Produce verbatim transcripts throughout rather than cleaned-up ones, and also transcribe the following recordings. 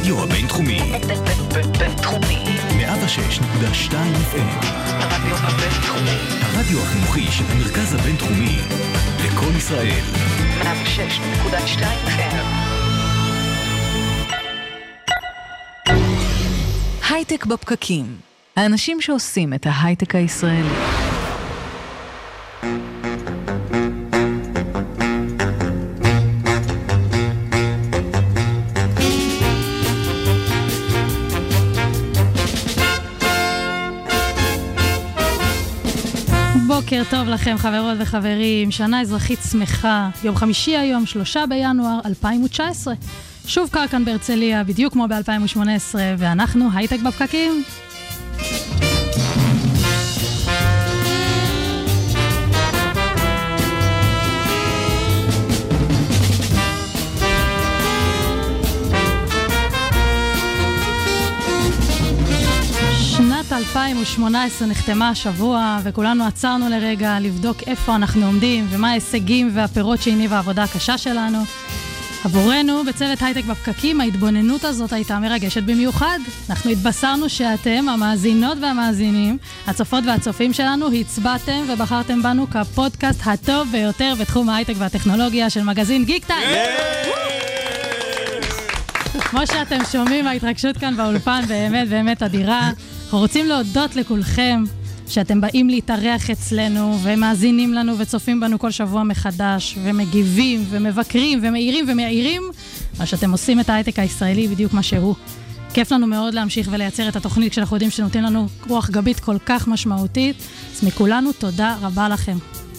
הרדיו הבינתחומי. בינתחומי. מאה ושש נקודה שתיים אף אם. הרדיו הבינתחומי. הרדיו החינוכי של המרכז הבינתחומי. לכל ישראל. מאה ושש נקודה שתיים אף אם. הייטק בפקקים. האנשים שעושים את ההייטק הישראלי. בוקר טוב לכם חברות וחברים, שנה אזרחית שמחה, יום חמישי היום, שלושה בינואר אלפיים תשע עשרה. שוב קר כאן בהרצליה, בדיוק כמו ב-אלפיים שמונה עשרה, ואנחנו הייטק בפקקים. שנת אלפיים שמונה עשרה נחתמה השבוע, וכולנו עצרנו לרגע לבדוק איפה אנחנו עומדים ומה ההישגים והפירות שהניבה העבודה הקשה שלנו. עבורנו, בצוות הייטק בפקקים, ההתבוננות הזאת הייתה מרגשת במיוחד. אנחנו התבשרנו שאתם, המאזינות והמאזינים, הצופות והצופים שלנו, הצבעתם ובחרתם בנו כפודקאסט הטוב ביותר בתחום ההייטק והטכנולוגיה של מגזין גיק טיים. כמו שאתם שומעים, ההתרגשות כאן באולפן באמת באמת אדירה. אנחנו רוצים להודות לכולכם שאתם באים להתארח אצלנו ומאזינים לנו וצופים בנו כל שבוע מחדש ומגיבים ומבקרים ומאירים ומאירים מה שאתם עושים את ההייטק הישראלי בדיוק מה שהוא. כיף לנו מאוד להמשיך ולייצר את התוכנית כשאנחנו יודעים שנותנים לנו רוח גבית כל כך משמעותית. אז מכולנו תודה רבה לכם.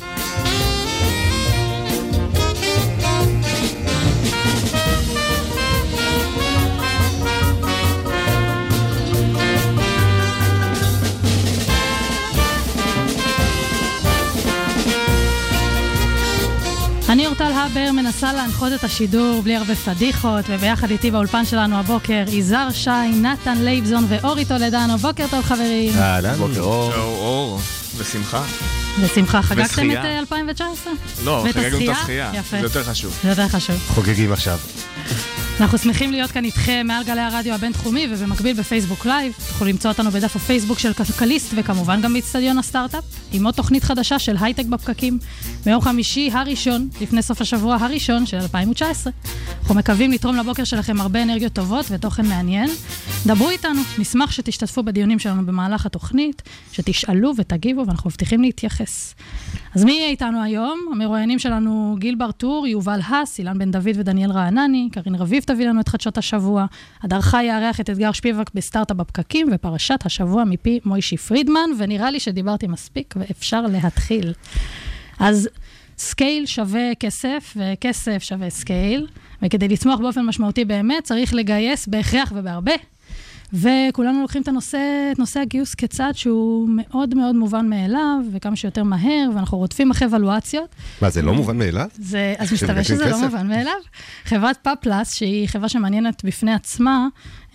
אני אורטל הבר מנסה להנחות את השידור בלי הרבה פדיחות, וביחד איתי באולפן שלנו הבוקר יזהר שי, נתן לייבזון ואורי טולדנו. בוקר טוב חברים. אהלן. בוקר אור. אור, ושמחה. ושמחה. חגגתם את אלפיים תשע עשרה? לא, חגגנו את השחייה. יפה. זה יותר חשוב. זה יותר חשוב. חוגגים עכשיו. אנחנו שמחים להיות כאן איתכם מעל גלי הרדיו הבינתחומי ובמקביל בפייסבוק לייב. תוכלו למצוא אותנו בדף הפייסבוק של כלכליסט וכמובן גם באצטדיון הסטארט-אפ עם עוד תוכנית חדשה של הייטק בפקקים ביום חמישי הראשון, לפני סוף השבוע הראשון של אלפיים תשע עשרה. אנחנו מקווים לתרום לבוקר שלכם הרבה אנרגיות טובות ותוכן מעניין. דברו איתנו, נשמח שתשתתפו בדיונים שלנו במהלך התוכנית, שתשאלו ותגיבו ואנחנו מבטיחים להתייחס. אז מי יהיה איתנו היום? המרואיינים שלנו גיל ברטור, יובל הס, אילן בן דוד ודניאל רענני, קרין רביב תביא לנו את חדשות השבוע, הדרכה יארח את אתגר שפיבק בסטארט-אפ בפקקים, ופרשת השבוע מפי מוישי פרידמן, ונראה לי שדיברתי מספיק ואפשר להתחיל. אז סקייל שווה כסף, וכסף שווה סקייל, וכדי לצמוח באופן משמעותי באמת, צריך לגייס בהכרח ובהרבה. וכולנו לוקחים את הנושא, את נושא הגיוס כצעד שהוא מאוד מאוד מובן מאליו, וכמה שיותר מהר, ואנחנו רודפים אחרי אבלואציות. מה, זה לא מובן מאליו? זה, אז מסתבר שזה לא מובן מאליו. חברת פאפלס, שהיא חברה שמעניינת בפני עצמה,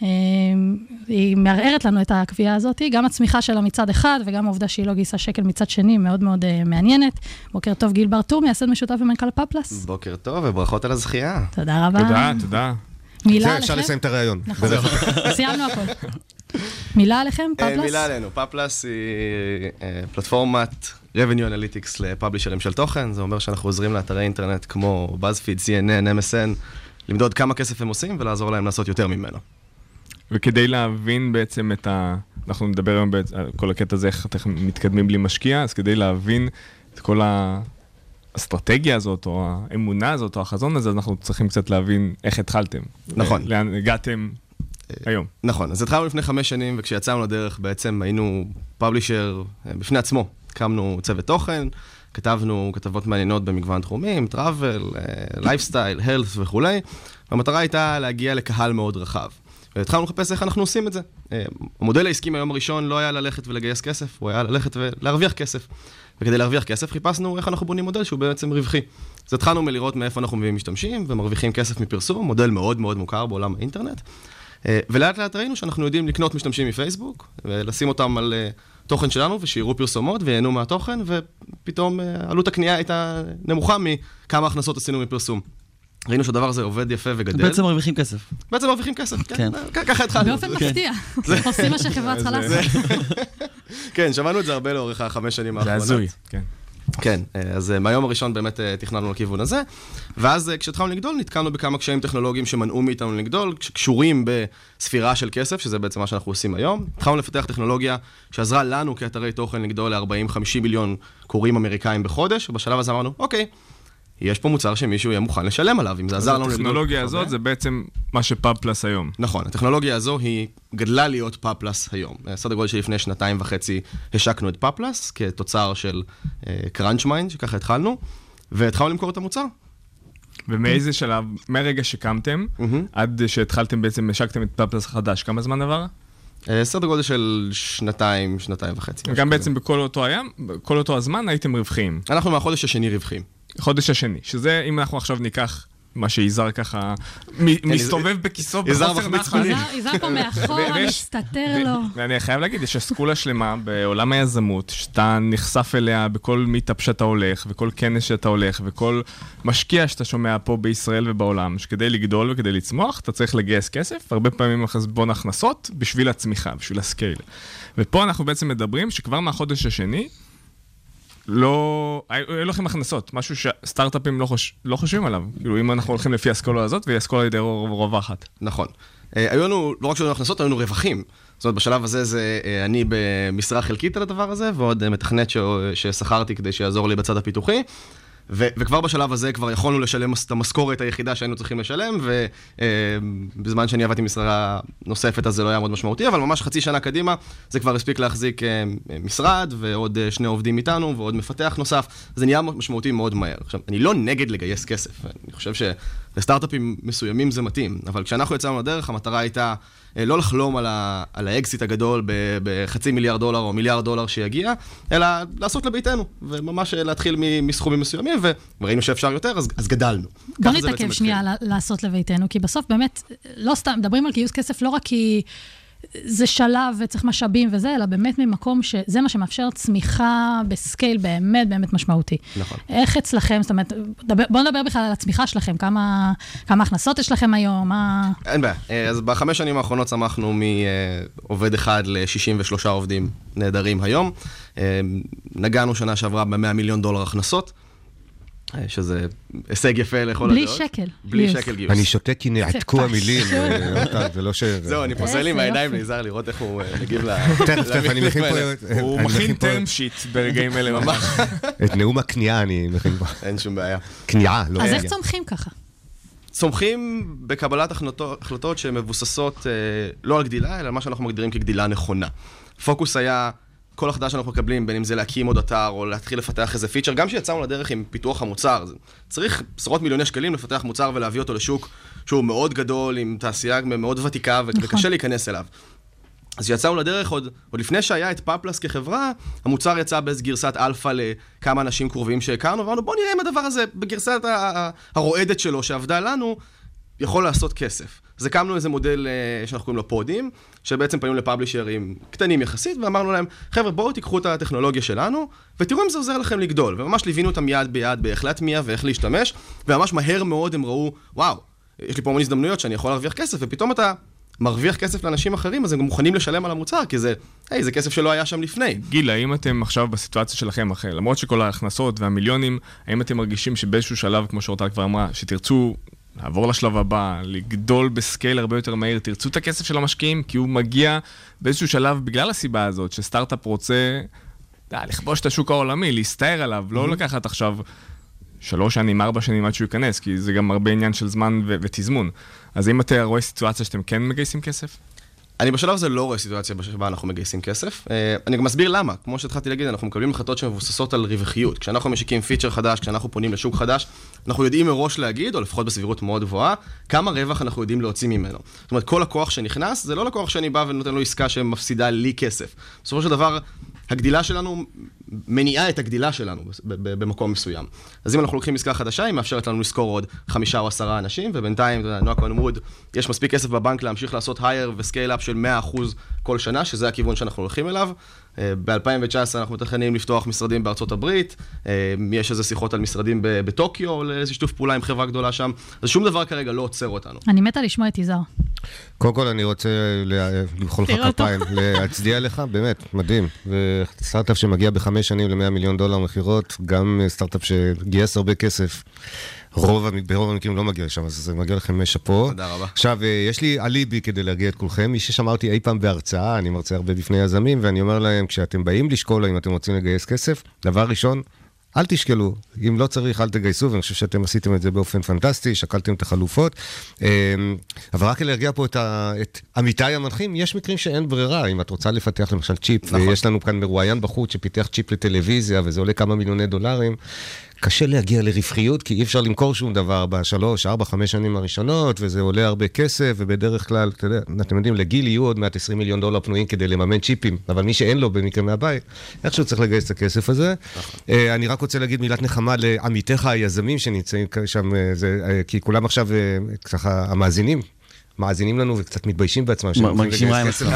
היא מערערת לנו את הקביעה הזאת, גם הצמיחה שלה מצד אחד, וגם העובדה שהיא לא גייסה שקל מצד שני, מאוד מאוד מעניינת. בוקר טוב, גיל ברטור, מייסד משותף ומנכ"ל פאפלס. בוקר טוב, וברכות על הזכייה. תודה רבה. תודה, תודה. מילה עליכם? אפשר לסיים את הרעיון. נכון, סיימנו הכל. מילה עליכם, פאפלס? מילה עלינו. פאפלס היא פלטפורמת Revenue Analytics לפאבלישרים של תוכן. זה אומר שאנחנו עוזרים לאתרי אינטרנט כמו BuzzFeed, סי אן אן, אם אס אן, למדוד כמה כסף הם עושים ולעזור להם לעשות יותר ממנו. וכדי להבין בעצם את ה... אנחנו נדבר היום על כל הקטע הזה, איך אתם מתקדמים בלי משקיע, אז כדי להבין את כל ה... האסטרטגיה הזאת, או האמונה הזאת, או החזון הזה, אנחנו צריכים קצת להבין איך התחלתם. נכון. לאן הגעתם היום. נכון. אז התחלנו לפני חמש שנים, וכשיצאנו לדרך בעצם היינו פאבלישר בפני עצמו. הקמנו צוות תוכן, כתבנו כתבות מעניינות במגוון תחומים, טראבל, לייפסטייל, הלת' וכו'. והמטרה הייתה להגיע לקהל מאוד רחב. והתחלנו לחפש איך אנחנו עושים את זה. המודל העסקי מהיום הראשון לא היה ללכת ולגייס כסף, הוא היה ללכת ולהרוויח כסף. וכדי להרוויח כסף חיפשנו איך אנחנו בונים מודל שהוא בעצם רווחי. אז התחלנו מלראות מאיפה אנחנו מביאים משתמשים ומרוויחים כסף מפרסום, מודל מאוד מאוד מוכר בעולם האינטרנט. ולאט לאט ראינו שאנחנו יודעים לקנות משתמשים מפייסבוק, ולשים אותם על תוכן שלנו, ושיראו פרסומות ויהנו מהתוכן, ופתאום עלות הקנייה הייתה נמוכה מכמה הכנסות עשינו מפרסום. ראינו שהדבר הזה עובד יפה וגדל. בעצם מרוויחים כסף. בעצם מרוויחים כסף, כן. ככה התחלנו. באופן מפתיע. עושים מה שחברה צריכה לעשות. כן, שמענו את זה הרבה לאורך החמש שנים האחרונות. זה הזוי, כן. כן, אז מהיום הראשון באמת תכננו לכיוון הזה, ואז כשהתחלנו לגדול, נתקלנו בכמה קשיים טכנולוגיים שמנעו מאיתנו לגדול, שקשורים בספירה של כסף, שזה בעצם מה שאנחנו עושים היום. התחלנו לפתח טכנולוגיה שעזרה לנו כאתרי תוכן לגדול ל-ארבעים חמישים מיליון קוראים אמריקאים בחודש, ובשלב הזה אמרנו, אוקיי, יש פה מוצר שמישהו יהיה מוכן לשלם עליו, אם זה עזר לנו לגדול. הטכנולוגיה הזאת זה בעצם מה שפאב פלאס היום. נכון, הטכנולוגיה הזו היא גדלה להיות פאב פלאס היום. סדר גודל שלפני שנתיים וחצי השקנו את פאב פלאס כתוצר של קראנץ' מיינד, שככה התחלנו, והתחלנו למכור את המוצר. ומאיזה שלב, מהרגע שקמתם, עד שהתחלתם בעצם, השקתם את פאב פלאס חדש, כמה זמן עבר? סדר גודל של שנתיים, שנתיים וחצי. גם בעצם בכל אותו הים, בכל אותו הזמן הייתם רווחיים. אנחנו מהחודש השני רווחיים. חודש השני, שזה אם אנחנו עכשיו ניקח מה שיזהר ככה מסתובב בכיסו בחוסר נחת. יזהר פה מאחורה, מסתתר לו. ואני חייב להגיד, יש אסכולה שלמה בעולם היזמות, שאתה נחשף אליה בכל מיטאפ שאתה הולך, וכל כנס שאתה הולך, וכל משקיע שאתה שומע פה בישראל ובעולם, שכדי לגדול וכדי לצמוח, אתה צריך לגייס כסף, הרבה פעמים חשבון הכנסות, בשביל הצמיחה, בשביל הסקייל. ופה אנחנו בעצם מדברים שכבר מהחודש השני, לא, אין לכם הכנסות, משהו שסטארט-אפים לא, חוש, לא חושבים עליו. כאילו, אם אנחנו הולכים לפי האסכולה הזאת, והיא אסכולה ידי רווחת. נכון. היו לנו, לא רק שהיו לנו הכנסות, היו לנו רווחים. זאת אומרת, בשלב הזה זה אני במשרה חלקית על הדבר הזה, ועוד מתכנת ששכרתי כדי שיעזור לי בצד הפיתוחי. ו- וכבר בשלב הזה כבר יכולנו לשלם את המשכורת היחידה שהיינו צריכים לשלם, ובזמן שאני עבדתי משרה נוספת אז זה לא היה מאוד משמעותי, אבל ממש חצי שנה קדימה זה כבר הספיק להחזיק משרד ועוד שני עובדים איתנו ועוד מפתח נוסף, זה נהיה משמעותי מאוד מהר. עכשיו, אני לא נגד לגייס כסף, אני חושב שלסטארט-אפים מסוימים זה מתאים, אבל כשאנחנו יצאנו לדרך המטרה הייתה לא לחלום על, ה- על האקזיט הגדול ב- בחצי מיליארד דולר או מיליארד דולר שיגיע, אלא לעשות לביתנו, וממש להתחיל מ- מסכומים מסוימים, ו- וראינו שאפשר יותר, אז, אז גדלנו. בוא נתעכב שנייה לעשות לביתנו, כי בסוף באמת, לא סתם, מדברים על גיוס כסף לא רק כי זה שלב וצריך משאבים וזה, אלא באמת ממקום שזה מה שמאפשר צמיחה בסקייל באמת באמת משמעותי. נכון. איך אצלכם, זאת אומרת, בואו נדבר בכלל על הצמיחה שלכם, כמה, כמה הכנסות יש לכם היום, מה... אין בעיה. אז בחמש שנים האחרונות צמחנו מעובד אחד ל-שישים ושלושה עובדים נהדרים היום. נגענו שנה שעברה ב-מאה מיליון דולר הכנסות. שזה הישג יפה לכל הדעות. בלי שקל. בלי שקל גיוס. אני שותק כי נעתקו המילים, זה לא ש... זהו, אני פוסל לי מהעיניים להיזהר לראות איך הוא מגיב ל... תכף, תכף, אני מכין פה... הוא מכין טרם שיט ברגעים אלה ממש. את נאום הקנייה אני מכין פה. אין שום בעיה. קנייה, לא... אז איך צומחים ככה? צומחים בקבלת החלטות שמבוססות לא על גדילה, אלא מה שאנחנו מגדירים כגדילה נכונה. פוקוס היה... כל החלטה שאנחנו מקבלים, בין אם זה להקים עוד אתר, או להתחיל לפתח איזה פיצ'ר, גם שיצאנו לדרך עם פיתוח המוצר, צריך עשרות מיליוני שקלים לפתח מוצר ולהביא אותו לשוק שהוא מאוד גדול, עם תעשייה מאוד ותיקה, וקשה להיכנס אליו. אז שיצאנו לדרך, עוד, עוד לפני שהיה את פאב פלאס כחברה, המוצר יצא באיזו גרסת אלפא לכמה אנשים קרובים שהכרנו, ואמרנו, בוא נראה אם הדבר הזה, בגרסת הרועדת שלו שעבדה לנו, יכול לעשות כסף. אז הקמנו איזה מודל שאנחנו קוראים לו פודים, שבעצם פנינו לפאבלישרים קטנים יחסית, ואמרנו להם, חבר'ה, בואו תיקחו את הטכנולוגיה שלנו, ותראו אם זה עוזר לכם לגדול. וממש ליווינו אותם יד ביד באיך להטמיע ואיך להשתמש, וממש מהר מאוד הם ראו, וואו, יש לי פה המון הזדמנויות שאני יכול להרוויח כסף, ופתאום אתה מרוויח כסף לאנשים אחרים, אז הם מוכנים לשלם על המוצר, כי זה, היי, זה כסף שלא היה שם לפני. גיל, האם אתם עכשיו בסיטואציה שלכם אחרי, למרות שכל ההכנסות והמיליונים, האם אתם מרגישים שבאיזשהו שלב, כמו שאורטל כבר אמרה, שתרצו לעבור לשלב הבא, לגדול בסקייל הרבה יותר מהיר, תרצו את הכסף של המשקיעים, כי הוא מגיע באיזשהו שלב בגלל הסיבה הזאת, שסטארט-אפ רוצה דה, לכבוש את השוק העולמי, להסתער עליו, לא לקחת עכשיו שלוש שנים, ארבע שנים עד שהוא ייכנס, כי זה גם הרבה עניין של זמן ו- ותזמון. אז אם אתה רואה סיטואציה שאתם כן מגייסים כסף? אני בשלב הזה לא רואה סיטואציה שבה אנחנו מגייסים כסף. אני גם מסביר למה. כמו שהתחלתי להגיד, אנחנו מקבלים החלטות שמבוססות על רווחיות. כשאנחנו משיקים פיצ'ר חדש, כשאנחנו פונים לשוק חדש, אנחנו יודעים מראש להגיד, או לפחות בסבירות מאוד גבוהה, כמה רווח אנחנו יודעים להוציא ממנו. זאת אומרת, כל לקוח שנכנס, זה לא לקוח שאני בא ונותן לו עסקה שמפסידה לי כסף. בסופו של דבר, הגדילה שלנו מניעה את הגדילה שלנו במקום מסוים. אז אם אנחנו לוקחים עסקה חדשה, היא מאפשרת לנו לזכור עוד חמישה או עשרה אנשים, ובינתיים, נועה כהן-מוד, יש מספיק כסף בבנק להמשיך לעשות hire וסקייל-אפ של מאה אחוז כל שנה, שזה הכיוון שאנחנו הולכים אליו. ב-אלפיים תשע עשרה אנחנו מתכננים לפתוח משרדים בארצות הברית, יש איזה שיחות על משרדים בטוקיו, לאיזה שיתוף פעולה עם חברה גדולה שם, אז שום דבר כרגע לא עוצר אותנו. אני מתה לשמוע את יזהר. קודם כל אני רוצה למחוא לך כפיים, להצדיע לך, באמת, מדהים. וסטארט-אפ שמגיע בחמש שנים ל-מאה מיליון דולר מחירות, גם סטארט-אפ שגייס הרבה כסף, רוב, ברוב המקרים לא מגיע לשם, אז זה מגיע לכם שפו. תודה רבה. עכשיו, יש לי אליבי כדי להגיע את כולכם. מי ששמרתי אי פעם בהרצאה, אני מרצה הרבה בפני יזמים, ואני אומר להם, כשאתם באים לשקול, אם אתם רוצים לגייס כסף, דבר ראשון, אל תשקלו. אם לא צריך, אל תגייסו, ואני חושב שאתם עשיתם את זה באופן פנטסטי, שקלתם את החלופות. אבל רק להרגיע פה את, ה... את עמיתי המנחים, יש מקרים שאין ברירה. אם את רוצה לפתח למשל צ'יפ, נכון. ויש לנו כאן מרואיין בחוץ שפיתח צ'יפ לטלוויזיה, וזה עולה כמה מיליוני דולרים, קשה להגיע לרווחיות, כי אי אפשר למכור שום דבר בשלוש, ארבע, חמש שנים הראשונות, וזה עולה הרבה כסף, ובדרך כלל, אתה יודע, אתם יודעים, לגיל יהיו עוד מאה ועשרים מיליון דולר פנויים כדי לממן צ'יפים, אבל מי שאין לו במקרה מהבית, איכשהו צריך לגייס את הכסף הזה. אני רק רוצה להגיד מילת נחמה לעמיתיך היזמים שנמצאים שם, כי כולם עכשיו, ככה, המאזינים, מאזינים לנו וקצת מתביישים בעצמם. מרגישים רעים עצמם.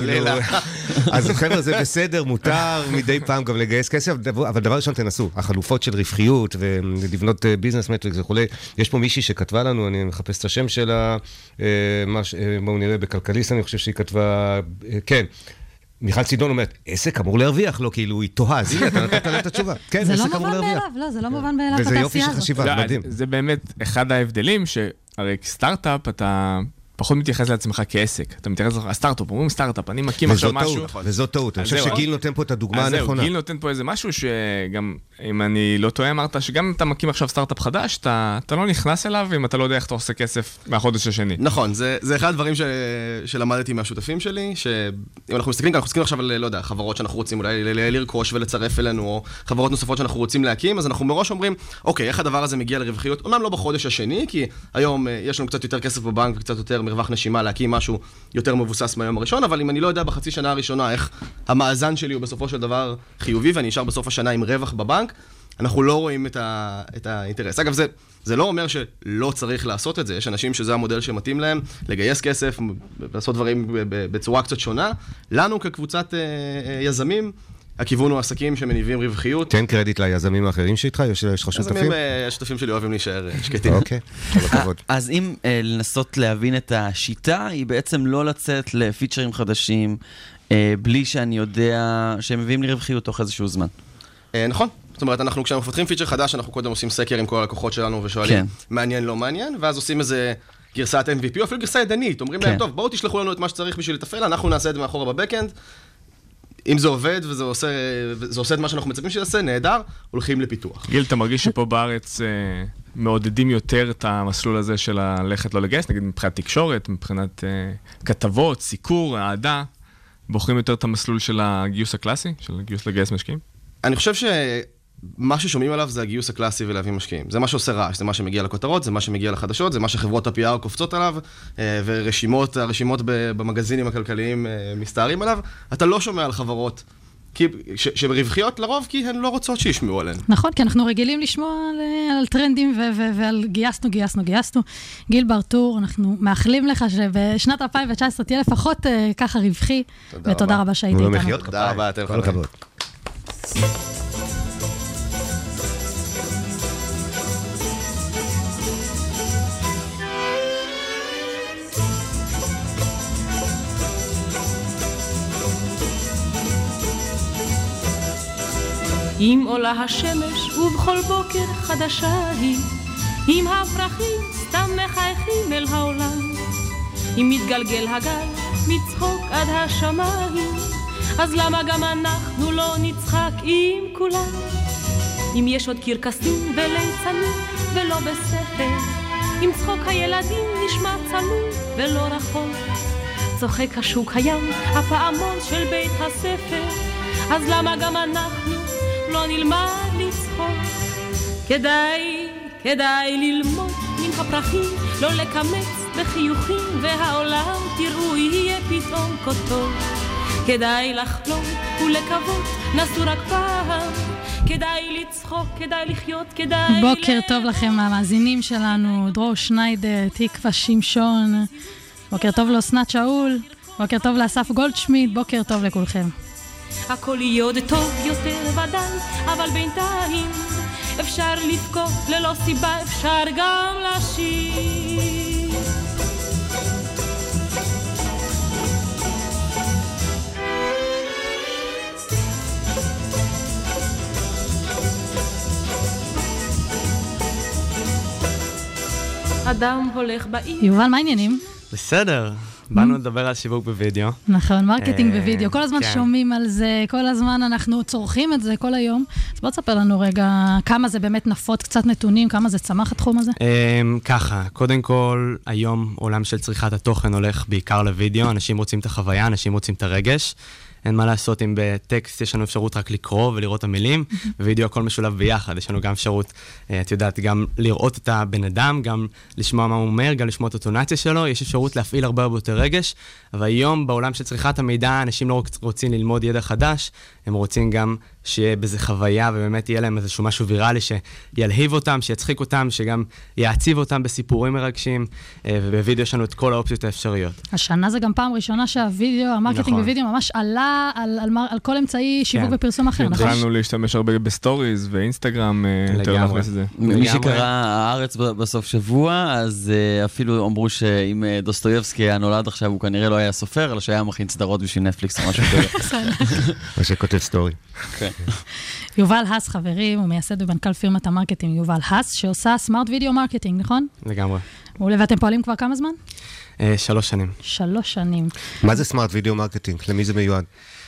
אז חבר'ה, זה בסדר, מותר מדי פעם גם לגייס כסף, אבל דבר ראשון תנסו, החלופות של רווחיות ולבנות ביזנס מטריקס וכו'. יש פה מישהי שכתבה לנו, אני מחפש את השם שלה, מה הוא נראה בכלכליסט, אני חושב שהיא כתבה, כן, מיכל צידון אומרת, עסק אמור להרוויח, לא כאילו היא תוהה, אז הנה, אתה נתת לה את התשובה. כן, עסק אמור להרוויח. לא, זה לא מובן מאליו וזה יופי של חשיבה, מדהים. זה באמת אחד ההבדלים, שהרי סטארט-אפ אתה פחות מתייחס לעצמך כעסק. אתה מתייחס לסטארט-אפ, אומרים סטארט-אפ, אני מקים עכשיו משהו. וזאת טעות. אני חושב שגיל נותן פה את הדוגמה הנכונה. גיל נותן פה איזה משהו שגם, אם אני לא טועה, אמרת שגם אם אתה מקים עכשיו סטארט-אפ חדש, אתה לא נכנס אליו, אם אתה לא יודע איך אתה עושה כסף מהחודש השני. נכון, זה אחד הדברים שלמדתי מהשותפים שלי, שאם אנחנו מסתכלים, אנחנו מסתכלים עכשיו על, לא יודע, חברות שאנחנו רוצים אולי לרכוש ולצרף אלינו, או חברות נוספות שאנחנו רוצים להקים, אז אנחנו מראש אומרים, אוקיי, איך הדבר הזה מגיע לרווחיות? אומנם לא בחודש השני, כי היום יש לנו קצת יותר כסף בבנק וקצת יותר מרווח נשימה להקים משהו יותר מבוסס מהיום הראשון, אבל אם אני לא יודע בחצי שנה הראשונה איך המאזן שלי הוא בסופו של דבר חיובי, ואני נשאר בסוף השנה עם רווח בבנק, אנחנו לא רואים את, ה, את האינטרס. אגב, זה, זה לא אומר שלא צריך לעשות את זה. יש אנשים שזה המודל שמתאים להם, לגייס כסף, לעשות דברים בצורה קצת שונה. לנו כקבוצת יזמים, הכיוון הוא עסקים שמניבים רווחיות. תן קרדיט ליזמים האחרים שאיתך, יש לך שותפים? יזמים, השותפים שלי אוהבים להישאר שקטים. אוקיי, כל הכבוד. אז אם לנסות להבין את השיטה, היא בעצם לא לצאת לפיצ'רים חדשים, בלי שאני יודע שהם מביאים לי רווחיות תוך איזשהו זמן. נכון. זאת אומרת, אנחנו כשאנחנו מפתחים פיצ'ר חדש, אנחנו קודם עושים סקר עם כל הלקוחות שלנו ושואלים, מעניין, לא מעניין, ואז עושים איזה גרסת אם וי פי, או אפילו גרסה ידנית. אומרים להם, טוב, בואו תשלחו לנו את מה שצריך בשביל לתפעל, אנחנו נעשה את זה מאחורה בבקאנד. אם זה עובד וזה עושה, זה עושה את מה שאנחנו מצפים שיעשה, נהדר, הולכים לפיתוח. גיל, אתה מרגיש שפה בארץ אה, מעודדים יותר את המסלול הזה של ללכת לא לגייס, נגיד מבחינת תקשורת, מבחינת אה, כתבות, סיקור, העדה, בוחרים יותר את המסלול של הגיוס הקלאסי, של הגיוס לגייס משקיעים? אני חושב שמה ששומעים עליו זה הגיוס הקלאסי ולהביא משקיעים. זה מה שעושה רעש, זה מה שמגיע לכותרות, זה מה שמגיע לחדשות, זה מה שחברות ה-פי אר קופצות עליו, ורשימות, הרשימות במגזינים הכלכליים מסתערים עליו. אתה לא שומע על חברות שברווחיות לרוב, כי הן לא רוצות שישמעו עליהן. נכון, כי אנחנו רגילים לשמוע על טרנדים ועל גייסנו, גייסנו, גייסנו. גיל ברטור, אנחנו מאחלים לך שבשנת אלפיים תשע עשרה תהיה לפחות ככה רווחי, ותודה רבה שהיית איתנו. תודה רבה, אתם כל הכבוד. אם עולה השמש ובכל בוקר חדשה היא, אם הפרחים סתם מחייכים אל העולם, אם מתגלגל הגל מצחוק עד השמיים, אז למה גם אנחנו לא נצחק עם כולם? אם יש עוד קרקסים וליצנים ולא בספר, אם צחוק הילדים נשמע צלול ולא רחוק, צוחק השוק הים, הפעמון של בית הספר, אז למה גם אנחנו לא נלמד לצחוק? כדאי, כדאי ללמוד מן הפרחים, לא לקמץ בחיוכים, והעולם תראו יהיה פתאום כה טוב. כדאי לחלום ולקוות נסו רק פעם. כדאי לצחוק, כדאי לחיות, כדאי... בוקר טוב לכם המאזינים שלנו, דרור שניידר, תקווה שמשון, בוקר טוב לאסנת שאול, בוקר טוב לאסף גולדשמיט, בוקר טוב לכולכם. הכל יהיה עוד טוב יותר ודאי, אבל בינתיים אפשר לבכות ללא סיבה, אפשר גם לשיר. אדם הולך בעיר. יובל, מה העניינים? בסדר, באנו לדבר על שיווק בווידאו. נכון, מרקטינג בווידאו. כל הזמן שומעים על זה, כל הזמן אנחנו צורכים את זה כל היום. אז בוא תספר לנו רגע כמה זה באמת נפות, קצת נתונים, כמה זה צמח התחום הזה. ככה, קודם כל, היום עולם של צריכת התוכן הולך בעיקר לוידאו. אנשים רוצים את החוויה, אנשים רוצים את הרגש. אין מה לעשות אם בטקסט יש לנו אפשרות רק לקרוא ולראות את המילים, בווידאו הכל משולב ביחד, יש לנו גם אפשרות, את יודעת, גם לראות את הבן אדם, גם לשמוע מה הוא אומר, גם לשמוע את הטונציה שלו, יש אפשרות להפעיל הרבה הרבה יותר רגש, אבל היום בעולם של צריכת המידע, אנשים לא רוצים ללמוד ידע חדש, הם רוצים גם שיהיה בזה חוויה, ובאמת יהיה להם איזשהו משהו ויראלי שילהיב אותם, שיצחיק אותם, שגם יעציב אותם בסיפורים מרגשים, ובווידאו יש לנו את כל האופציות האפשריות. השנה זה גם פעם ראשונה שהווידאו, המרקטינג בווידאו ממש עלה על, על, על כל אמצעי שיווק ופרסום אחר, נכון? התחלנו להשתמש הרבה בסטוריז ואינסטגרם, יותר להכניס את זה. מי שקרא הארץ בסוף שבוע, אז אפילו אמרו שאם דוסטויבסקי הנולד עכשיו, הוא כנראה לא היה סופר, אלא שהיה מכין סדרות בשביל נטפליקס או משהו כזה. מה שכותב סטורי. יובל הס, חברים, הוא מייסד ובנכ"ל פירמת המרקטינג יובל הס, שעושה סמארט וידאו מרקטינג, נכון? לגמרי. ואתם פועלים כבר כמה זמן? שלוש שנים. שלוש שנים. מה זה סמארט וידאו מרקטינג? למי זה מיועד?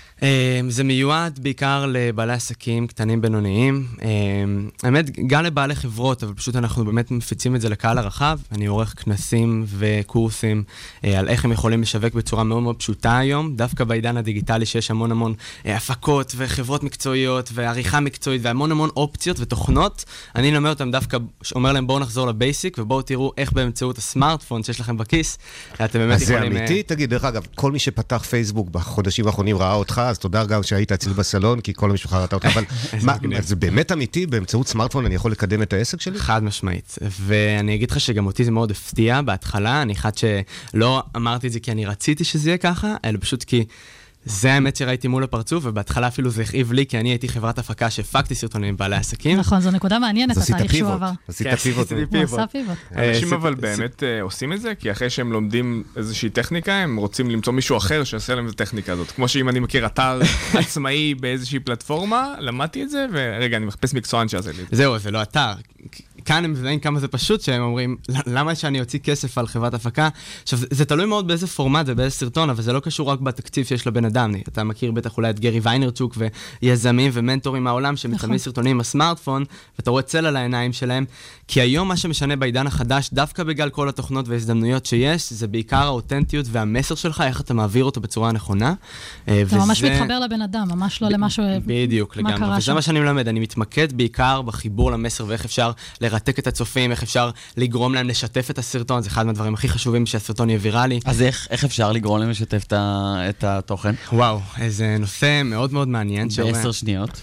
זה מיועד בעיקר לבעלי עסקים קטנים בינוניים, האמת גם לבעלי חברות, אבל פשוט אנחנו באמת מפיצים את זה לקהל הרחב. אני עורך כנסים וקורסים על איך הם יכולים לשווק בצורה מאוד מאוד פשוטה היום, דווקא בעידן הדיגיטלי שיש המון המון הפקות וחברות מקצועיות ועריכה מקצועית והמון המון אופציות ותוכנות. אני לומד אותם דווקא, אומר להם בואו נחזור לבייסיק ובואו תראו איך באמצעות הסמארטפון שיש לכם בכיס, אתם באמת יכולים... אז זה אמיתי? תגיד, דרך אגב, כל מי שפתח פייסבוק בחודשים האחרונים ראה אותך, אז תודה גם שהיית אצלי בסלון, כי כל המשפחה ראתה אותך, אבל זה באמת אמיתי? באמצעות סמארטפון אני יכול לקדם את העסק שלי? חד משמעית, ואני אגיד לך שגם אותי זה מאוד הפתיע בהתחלה, אני אחד שלא אמרתי את זה כי אני רציתי שזה יהיה ככה, אלא פשוט כי זה האמת שראיתי מול הפרצוף, ובהתחלה אפילו זה הכאיב לי, כי אני הייתי חברת הפקה שהפקתי סרטונים עם בעלי עסקים. נכון, זו נקודה מעניינת, התהליך שהוא עבר. עשית פיבוט. הוא עשה פיבוט. אנשים אבל באמת עושים את זה, כי אחרי שהם לומדים איזושהי טכניקה, הם רוצים למצוא מישהו אחר שיעשה להם את הטכניקה הזאת. כמו שאם אני מכיר אתר עצמאי באיזושהי פלטפורמה, למדתי את זה, ורגע, אני מחפש מקצוען שיעשה לי. זהו, זה לא אתר. כאן הם מבינים כמה זה פשוט, שהם אומרים, למה שאני אוציא כסף על חברת הפקה? עכשיו, זה, זה תלוי מאוד באיזה פורמט ובאיזה סרטון, אבל זה לא קשור רק בתקציב שיש לבן אדם. אתה מכיר בטח אולי את גרי ויינרצ'וק ויזמים ומנטורים מהעולם שמצלמים סרטונים עם הסמארטפון, ואתה רואה צל על העיניים שלהם, כי היום מה שמשנה בעידן החדש, דווקא בגלל כל התוכנות וההזדמנויות שיש, זה בעיקר האותנטיות והמסר שלך, איך אתה מעביר אותו בצורה הנכונה. אתה ממש מתחבר לבן אדם, ממש לא למשהו... בדיוק, לגמרי. וזה מה שאני מלמד. אני מתמקד בעיקר בחיבור למסר ואיך אפשר לרתק את הצופים, איך אפשר לגרום להם לשתף את הסרטון, זה אחד מהדברים הכי חשובים שהסרטון יהיה ויראלי. אז איך, איך אפשר לגרום להם לשתף את התוכן? וואו, איזה נושא מאוד מאוד מעניין. בעשר שניות.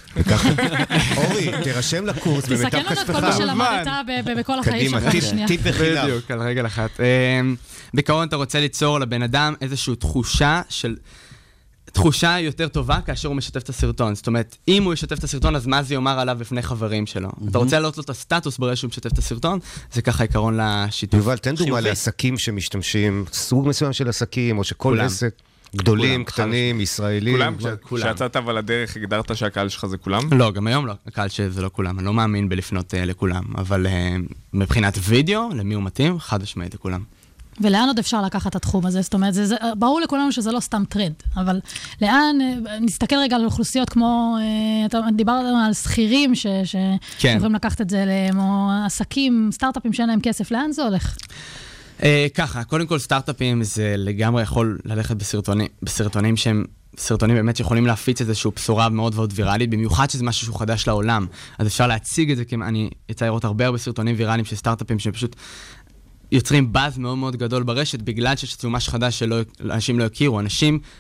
אורי, תירשם לקורס במיטב כספך. תסכן לנו את כל מה שלמדת בכל החיים שלך. קדימה, טיפ בחינם. בדיוק, על רגל אחת. בעיקרון אתה רוצה ליצור לבן אדם איזושהי תחושה של... תחושה יותר טובה כאשר הוא משתף את הסרטון. זאת אומרת, אם הוא ישתף את הסרטון, אז מה זה יאמר עליו בפני חברים שלו? Mm-hmm. אתה רוצה להעלות לו את הסטטוס ברגע שהוא משתף את הסרטון, זה ככה עיקרון לשיתוף. יובל, תן דוגמה לעסקים שמשתמשים, סוג מסוים של עסקים, או שכל עסק, גדולים, קטנים, ישראלים. כולם, כשאתה אבל הדרך, הגדרת שהקהל שלך זה כולם? לא, גם היום לא, הקהל שזה לא כולם. אני לא מאמין בלפנות לכולם, אבל מבחינת וידאו, למי הוא מתאים, חד משמעית לכולם. ולאן עוד אפשר לקחת את התחום הזה? זאת אומרת, זה, זה, ברור לכולנו שזה לא סתם טרנד, אבל לאן, נסתכל רגע על אוכלוסיות כמו, אתה דיברת על שכירים ש, שיכולים כן. לקחת את זה אליהם, או עסקים, סטארט-אפים שאין להם כסף, לאן זה הולך? אה, ככה, קודם כל סטארט-אפים זה לגמרי יכול ללכת בסרטונים, בסרטונים שהם סרטונים באמת שיכולים להפיץ איזושהי בשורה מאוד מאוד ויראלית, במיוחד שזה משהו שהוא חדש לעולם. אז אפשר להציג את זה, כי אני יצא לראות הרבה הרבה סרטונים ויראליים של סטארט-אפים שפשוט יוצרים באז מאוד מאוד גדול ברשת, בגלל שיש משהו חדש שאנשים לא הכירו. אנשים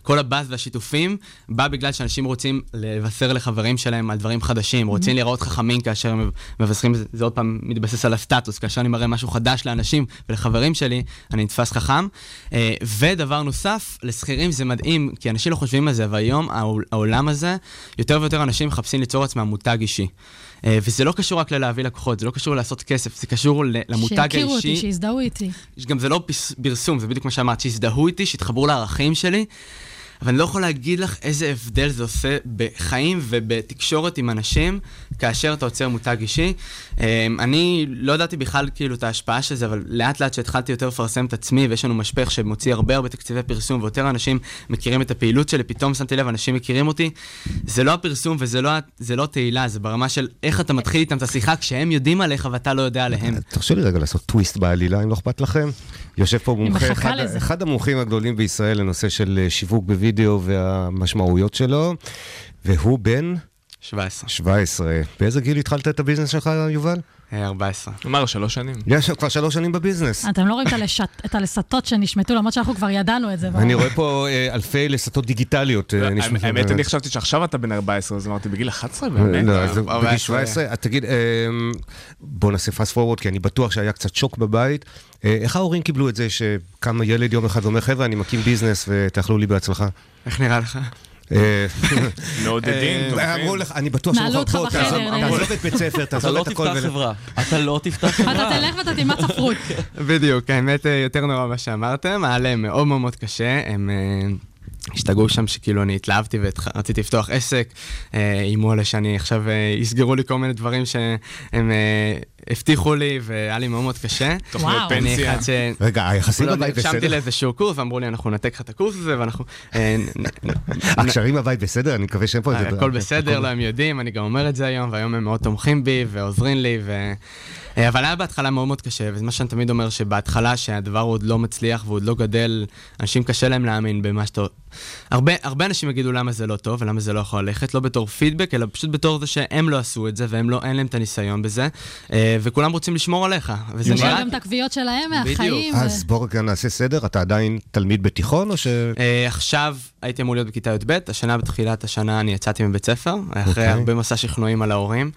כל הבאז והשיתופים בא בגלל שאנשים רוצים לבשר לחברים שלהם על דברים חדשים, רוצים לראות חכמים כאשר הם מבשרים, זה עוד פעם מתבסס על הסטטוס, כאשר אני מראה משהו חדש לאנשים ולחברים שלי, אני נתפס חכם. ודבר נוסף, לסחירים זה מדהים, כי אנשים לא חושבים על זה, והיום העולם הזה, יותר ויותר אנשים מחפשים ליצור עצמם מותג אישי. וזה לא קשור רק ללהביא לקוחות, זה לא קשור לעשות כסף, זה קשור למותג האישי. שיכירו אותי, שיזדהו איתי. גם זה לא פרסום, זה בדיוק מה שאמרת, שיזדהו איתי, שיתחברו לערכים שלי, אבל אני לא יכול להגיד לך איזה הבדל זה עושה בחיים ובתקשורת עם אנשים, כאשר אתה עוצר מותג אישי. אני לא ידעתי בכלל כאילו את ההשפעה של זה, אבל לאט לאט שהתחלתי יותר לפרסם את עצמי, ויש לנו משפך שמוציא הרבה הרבה תקציבי פרסום, ויותר אנשים מכירים את הפעילות שלי, פתאום שמתי לב, אנשים מכירים אותי. זה לא הפרסום וזה לא, זה לא תהילה, זה ברמה של איך אתה מתחיל איתם את השיחה, כשהם יודעים עליך ואתה לא יודע עליהם. תרשו לי רגע לעשות טוויסט בעלילה, אם לא אכפת לכם. יושב פה מומחה, אחד, אחד המומחים הגדולים בישראל לנושא של שיווק בווידאו והמשמעויות שלו, והוא בן שבע עשרה. שבע עשרה. באיזה גיל התחלת את הביזנס שלך, יובל? ארבע עשרה. אמר, שלוש שנים. יש כבר שלוש שנים בביזנס. אתם לא רואים את הלסתות שנשמטו, למרות שאנחנו כבר ידענו את זה. אני רואה פה אלפי לסתות דיגיטליות. האמת, אני חשבתי שעכשיו אתה בן ארבע עשרה, אז אמרתי, בגיל אחת עשרה באמת? לא, זה בגיל שבע עשרה. תגיד, בוא נעשה פאסט פורוורד, כי אני בטוח שהיה קצת שוק בבית. איך ההורים קיבלו את זה שקם ילד יום אחד ואומר, חבר'ה, אני מקים ביזנס ותאכלו לי בהצלחה? איך נראה לך? מעודדים, אמרו לך, אני בטוח נעלו אותך בחדר. תעזוב את בית ספר, תעזוב את הכל. אתה לא תפתח חברה. אתה לא תפתח חברה. אתה תלך ואתה תלמד ספרות. בדיוק, האמת יותר נורא מה שאמרתם, היה להם מאוד מאוד קשה, הם השתגעו שם שכאילו אני התלהבתי ורציתי לפתוח עסק, אימו עלי שאני עכשיו יסגרו לי כל מיני דברים שהם הבטיחו לי, והיה לי מאוד מאוד קשה. תוכניות פנסיה. רגע, היחסים בבית בסדר? שמתי לאיזשהו קורס, ואמרו לי, אנחנו נתק לך את הקורס הזה, ואנחנו... הקשרים בבית בסדר? אני מקווה שאין פה איזה... הכל בסדר, לא, הם יודעים, אני גם אומר את זה היום, והיום הם מאוד תומכים בי ועוזרים לי, ו... אבל היה בהתחלה מאוד מאוד קשה, וזה מה שאני תמיד אומר, שבהתחלה שהדבר עוד לא מצליח ועוד לא גדל, אנשים קשה להם להאמין במה שאתה... הרבה, הרבה אנשים יגידו למה זה לא טוב ולמה זה לא יכול ללכת, לא בתור פידבק, אלא פשוט בתור זה שהם לא עשו את זה, והם לא, אין להם את הניסיון בזה, וכולם רוצים לשמור עליך. וזה נראה גם את הקביעות שלהם מהחיים. אז בואו רגע נעשה סדר, אתה עדיין תלמיד בתיכון או ש... עכשיו הייתי אמור להיות בכיתה י"ב, השנה בתחילת השנה אני יצאתי מבית ספר, אחרי הרבה מסע שכנועים על ההורים,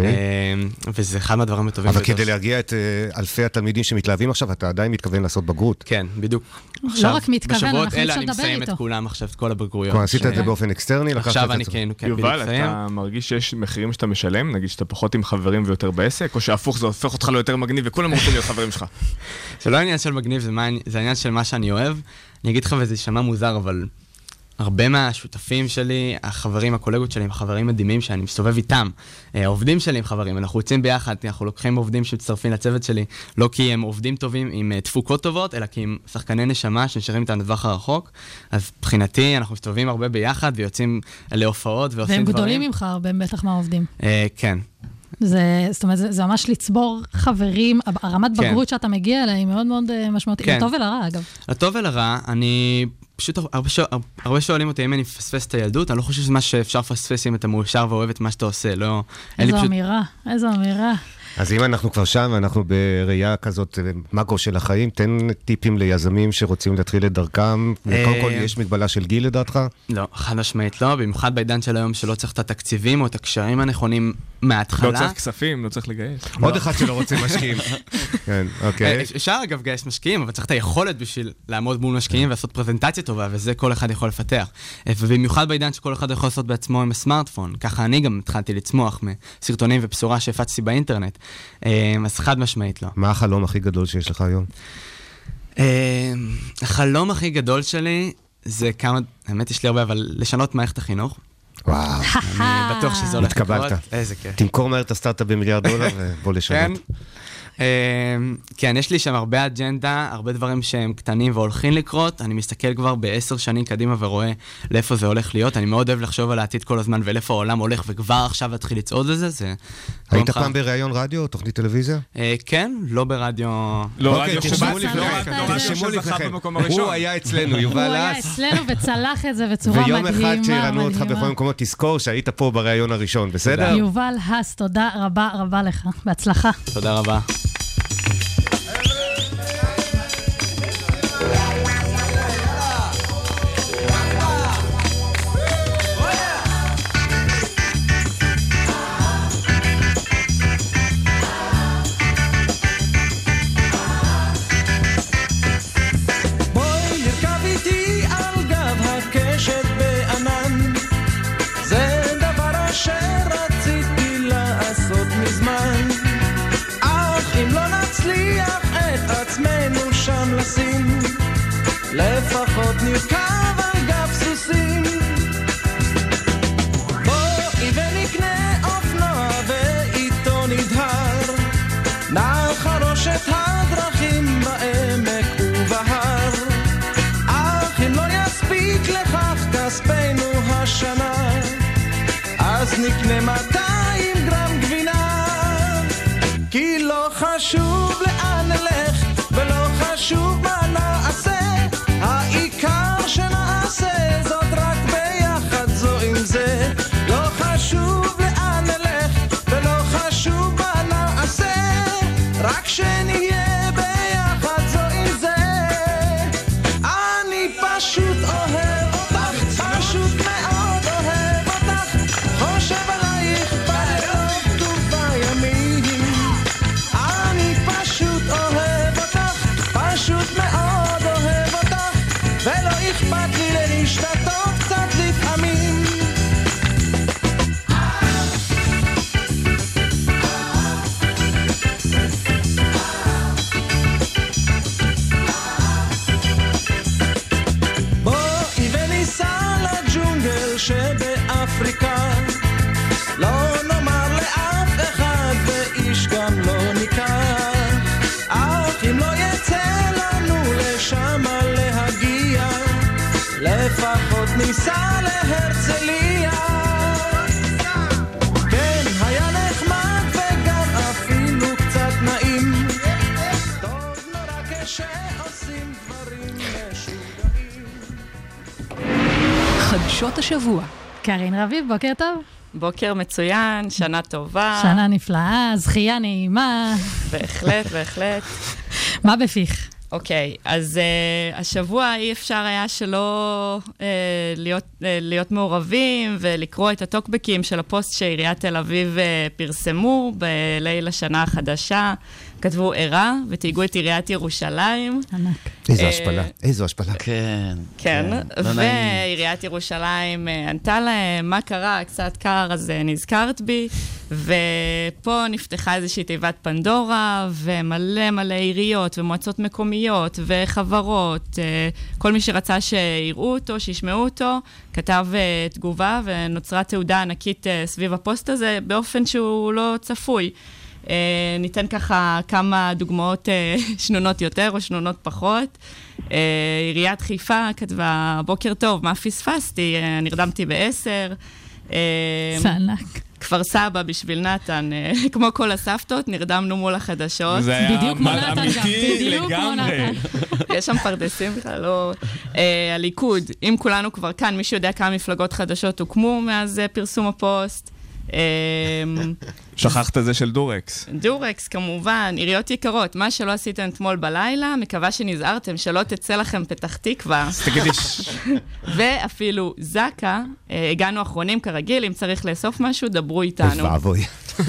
וזה אחד מהדברים הטובים. אבל כדי להגיע את אלפי התלמידים שמתלהבים עכשיו, אתה עדיין מתכוון לעשות בגרות. כן, בדיוק. לא רק מתכוון, אנחנו אפשר לדבר איתו. אני מסיים את כולם עכשיו, את כל הבגרויות. כבר עשית את זה באופן אקסטרני? עכשיו אני כן, כן. יובל, אתה מרגיש שיש מחירים שאתה משלם? נגיד שאתה פחות עם חברים ויותר בעסק, או שהפוך זה הופך אותך ליותר מגניב וכולם רוצים להיות חברים שלך? זה לא העניין של מגניב, זה העניין של מה שאני אוהב. אני אגיד לך וזה יישמע מוזר, אבל הרבה מהשותפים שלי, החברים, הקולגות שלי, החברים מדהימים שאני מסתובב איתם, העובדים שלי עם חברים, אנחנו יוצאים ביחד, אנחנו לוקחים עובדים שמצטרפים לצוות שלי, לא כי הם עובדים טובים עם תפוקות טובות, אלא כי הם שחקני נשמה שנשארים איתם לטווח הרחוק. אז מבחינתי אנחנו מסתובבים הרבה ביחד ויוצאים להופעות ועושים והם דברים. והם גדולים ממך הרבה בטח מהעובדים. כן. זה, זאת אומרת, זה, זה ממש לצבור חברים, הרמת כן. בגרות שאתה מגיע אליה היא מאוד מאוד משמעותית. כן. לטוב ולרע, אגב. לטוב ולרע, אני פשוט הרבה, שואל, הרבה שואלים אותי אם אני מפספס את הילדות, אני לא חושב שזה מה שאפשר לפספס אם אתה מאושר ואוהב את מה שאתה עושה, לא... איזו פשוט... אמירה, איזו אמירה. אז אם אנחנו כבר שם, אנחנו בראייה כזאת, מקרו של החיים, תן טיפים ליזמים שרוצים להתחיל את דרכם, וקודם כל יש מגבלה של גיל לדעתך? לא, חד משמעית לא, במיוחד בעידן של היום שלא צריך את התקציבים או את הקשרים הנכונים מההתחלה. לא צריך כספים, לא צריך לגייס. עוד אחד שלא רוצה משקיעים. כן, אוקיי. אפשר אגב לגייס משקיעים, אבל צריך את היכולת בשביל לעמוד מול משקיעים ולעשות פרזנטציה טובה, וזה כל אחד יכול לפתח. ובמיוחד בעידן שכל אחד יכול לעשות בעצמו עם הסמארטפון. ככה אני גם התחלתי לצמוח מסרטונים ובשורה שהפצתי באינטרנט. אז חד משמעית לא. מה החלום הכי גדול שיש לך היום? החלום הכי גדול שלי זה כמה, האמת יש לי הרבה, אבל לשנות מערכת החינוך. וואו. אני בטוח שזה הולך לקרות. התקבלת. איזה כיף. תמכור מהר את הסטארט-אפ במיליארד דולר ובוא לשנות. כן, יש לי שם הרבה אג'נדה, הרבה דברים שהם קטנים והולכים לקרות. אני מסתכל כבר בעשר שנים קדימה ורואה לאיפה זה הולך להיות. אני מאוד אוהב לחשוב על העתיד כל הזמן ולאיפה העולם הולך, וכבר עכשיו להתחיל לצעוד לזה. היית פעם בראיון רדיו או תוכנית טלוויזיה? כן, לא ברדיו... לא רדיו תרשמו לפניכם. הוא היה אצלנו, יובל אס. הוא היה אצלנו וצלח את זה בצורה מדהימה. ויום אחד שירנו אותך בכל מקומות, תזכור שהיית פה בראיון הראשון, בסדר? יובל אס, תודה רבה רבה לך. בהצלחה. תודה רבה. עצמנו שם לשים, לפחות נרכב על גב סוסים. בואי ונקנה אופנוע ואיתו נדהר, נחרוש את הדרכים בעמק ובהר. אך אם לא יספיק לכך כספנו השנה, אז נקנה מאתיים גרם גבינה. כי לא חשוב לאן נלך ולא חשוב מה נעשה, העיקר שנעשה זאת רק ביחד זו עם זה. לא חשוב לאן נלך ולא חשוב מה נעשה, רק שנהיה ביחד זו עם זה. אני פשוט אוהב אותך, פשוט מאוד אוהב אותך, חושב עלייך בלילות ובימים. אני פשוט אוהב אותך, פשוט מאוד אוהב אותך, ולא אכפת לי להשתתף קצת לפעמים. בואי וניסע לג'ונגל שבאפריקה, לא נאמר לאף אחד ואיש גם לא ניקח, אך אם לא יצא לנו לשם להגיע, לפחות ניסע להרצליה. כן, היה נחמד וגם אפילו קצת נעים, טוב נורא כשעושים דברים משוגעים. חדשות השבוע. קרין רביב, בוקר טוב. בוקר מצוין, שנה טובה. שנה נפלאה, זכייה נעימה. בהחלט, בהחלט. מה בפיך? אוקיי, אז uh, השבוע אי אפשר היה שלא uh, להיות, uh, להיות מעורבים ולקרוא את הטוקבקים של הפוסט שעיריית תל אביב uh, פרסמו בליל השנה החדשה. כתבו ערה ותהיגו את עיריית ירושלים. ענק. איזו השפלה, איזו השפלה. כן. כן, ועיריית ירושלים ענתה להם, מה קרה? קצת קר, אז נזכרת בי. ופה נפתחה איזושהי תיבת פנדורה, ומלא מלא עיריות ומועצות מקומיות וחברות. כל מי שרצה שיראו אותו, שישמעו אותו, כתב תגובה, ונוצרה תעודה ענקית סביב הפוסט הזה, באופן שהוא לא צפוי. Uh, ניתן ככה כמה דוגמאות uh, שנונות יותר או שנונות פחות. Uh, עיריית חיפה כתבה, בוקר טוב, מה פספסתי? Uh, נרדמתי בעשר. Uh, סענק. כפר סבא בשביל נתן, uh, כמו כל הסבתות, נרדמנו מול החדשות. זה היה בדיוק כמו נתן גם, אמיתי בדיוק כמו לגמרי. נתן. יש שם פרדסים בכלל, לא... Uh, הליכוד, אם כולנו כבר כאן, מישהו יודע כמה מפלגות חדשות הוקמו מאז uh, פרסום הפוסט. שכחת זה של דורקס. דורקס, כמובן, עיריות יקרות, מה שלא עשיתם אתמול בלילה, מקווה שנזהרתם, שלא תצא לכם פתח תקווה. אז תגידי... ואפילו זקה, הגענו אחרונים כרגיל, אם צריך לאסוף משהו, דברו איתנו. ואבוי.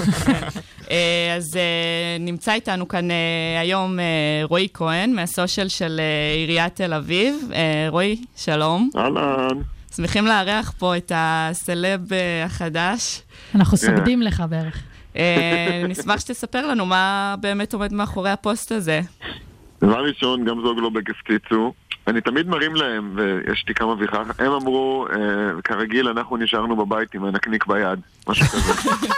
אז נמצא איתנו כאן היום רועי כהן, מהסושיאל של עיריית תל אביב. רועי, שלום. אהלן. שמחים לארח פה את הסלב החדש. אנחנו סוגדים לך בערך. נשמח שתספר לנו מה באמת עומד מאחורי הפוסט הזה. דבר ראשון, גם זוגלובק הפציצו. אני תמיד מרים להם, ויש לי כמה ויכח. הם אמרו, כרגיל, אנחנו נשארנו בבית עם הנקניק ביד. משהו כזה.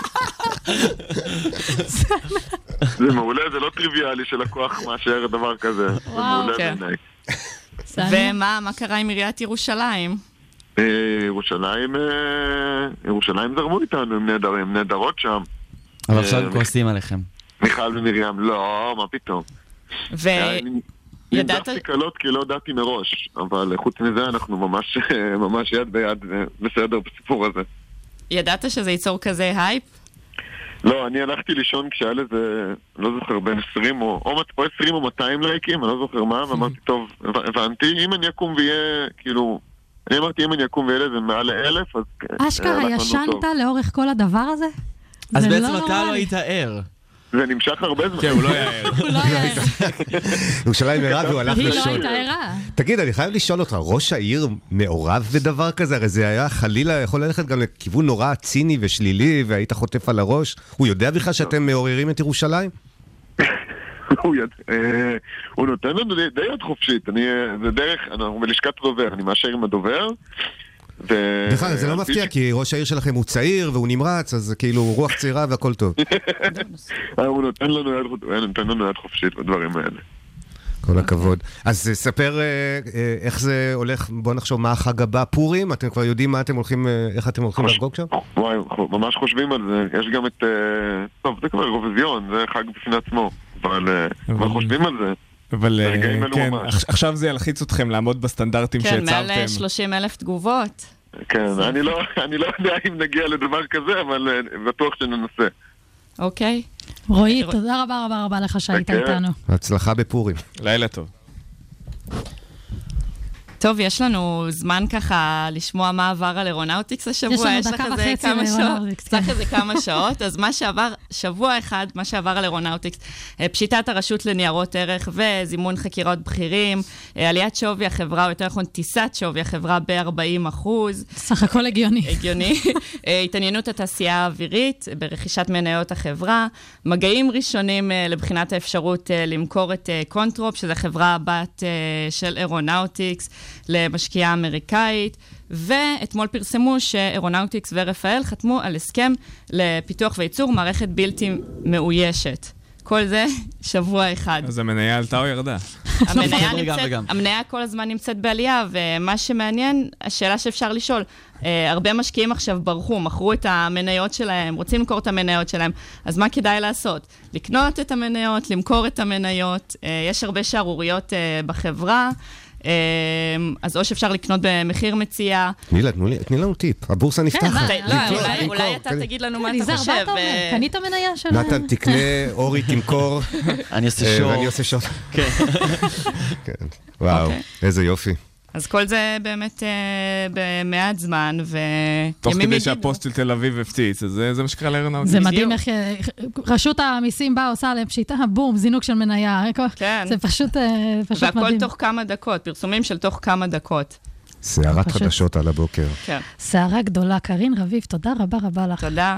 זה מעולה, זה לא טריוויאלי שלקוח מאשר דבר כזה. זה מעולה בעיניי. ומה מה קרה עם עיריית ירושלים? ירושלים, ירושלים זרמו איתנו, הם נהדרים, הם נהדרות שם. אבל עכשיו הם כועסים עליכם. מיכל ומרים, לא, מה פתאום. וידעת... נדחתי קלות כי לא ידעתי מראש, אבל חוץ מזה אנחנו ממש, ממש יד ביד בסדר בסיפור הזה. ידעת שזה ייצור כזה הייפ? לא, אני הלכתי לישון כשהיה לזה, לא זוכר, בין עשרים או, או עשרים או מאתיים לייקים, אני לא זוכר מה, ואמרתי, טוב, הבנתי, אם אני אקום ויהיה, כאילו... אני אמרתי, אם אני אקום וילד ומעל לאלף, אז... אשכרה, ישנת לאורך כל הדבר הזה? אז בעצם אתה לא היית ער. זה נמשך הרבה זמן. כן, הוא לא היה ער. הוא לא היה ער. ירושלים ערה והוא הלך היא לישון. לא הייתה ערה. תגיד, אני חייב לשאול אותך, ראש העיר מעורב בדבר כזה? הרי זה היה חלילה יכול ללכת גם לכיוון נורא ציני ושלילי, והיית חוטף על הראש. הוא יודע בכלל שאתם מעוררים את ירושלים? הוא יד- אה, הוא נותן לנו די די יד חופשית, אני, אה, זה דרך, אנחנו בלשכת הדובר, אני מאשר עם הדובר, ו... דרך אגב, זה לא מפתיע, כי ראש העיר שלכם הוא צעיר והוא נמרץ, אז זה כאילו רוח צעירה והכל טוב. אה, הוא נותן לנו יד חופ- הוא נותן לנו יד חופשית בדברים האלה. כל הכבוד. אז אה, ספר אה, אה, איך זה הולך, בוא נחשוב מה החג הבא, פורים? אתם כבר יודעים מה אתם הולכים, אה, איך אתם הולכים לחגוג שם? וואי, אנחנו ממש חושבים על זה, יש גם את... אה, טוב, זה כבר אירוויזיון, זה חג בפני עצמו, אבל אה, כבר חושבים על זה. אבל אה, ברגעים אלו כן, ממש. עכ- עכשיו זה ילחיץ אתכם לעמוד בסטנדרטים כן, שהצבתם. מעל שלושים אלף תגובות. כן, אני לא, אני לא יודע אם נגיע לדבר כזה, אבל אה, בטוח שננסה. אוקיי. רועי, תודה רבה רבה רבה לך שהיית בכיף. איתנו. הצלחה בפורים. לילה טוב. טוב, יש לנו זמן ככה לשמוע מה עבר על אירונאוטיקס השבוע. יש לנו לך דקה איזה וחצי כמה לאירונאוטיקס, שעות. כן. צריך איזה כמה שעות. אז מה שעבר, שבוע אחד, מה שעבר על אירונאוטיקס, אה, פשיטת הרשות לניירות ערך וזימון חקירות בכירים, אה, עליית שווי החברה, או יותר נכון, טיסת שווי החברה ב-ארבעים אחוז. סך הכל הגיוני. הגיוני. אה, התעניינות התעשייה האווירית ברכישת מניות החברה, מגעים ראשונים אה, לבחינת האפשרות אה, למכור את אה, קונטרופ, שזו חברה בת אה, של אירונאוטיקס, למשקיעה אמריקאית, ואתמול פרסמו שאירונאוטיקס ורפאל חתמו על הסכם לפיתוח וייצור מערכת בלתי מאוישת. כל זה שבוע אחד. אז המניה עלתה או ירדה? המניה גם נמצאת, וגם. המניה כל הזמן נמצאת בעלייה, ומה שמעניין, השאלה שאפשר לשאול, אה, הרבה משקיעים עכשיו ברחו, מכרו את המניות שלהם, רוצים למכור את המניות שלהם, אז מה כדאי לעשות? לקנות את המניות, למכור את המניות, אה, יש הרבה שערוריות אה, בחברה, אה, אז או שאפשר לקנות במחיר מציאה. תני לה, תנו לי- תני לנו טיפ, הבורסה נפתחת. לא, לקנות, אולי- למכור, אולי אתה כן. תגיד לנו מה יזהר, אתה מה חושב. אתה אומר? אה, קנית מניה של... נתן, תקנה, אורי תמכור. אני אעשה אה, שור. ואני עושה שור. כן. כן. וואו, אוקיי. איזה יופי. אז כל זה באמת אה, במעט זמן, תוך וימים כדי יגידו. שהפוסט של תל אביב הפציץ, אז זה זה מה שקרה לאירונאוטיקס. זה מדהים איך אה, רשות המיסים באה, עושה להם פשיטה, בום, זינוק של מניה. כן. זה פשוט אה, פשוט והכל מדהים. תוך כמה דקות, פרסומים של תוך כמה דקות. סערת פשוט. חדשות על הבוקר. כן. שערה גדולה. קרין רביב, תודה רבה רבה לך. תודה.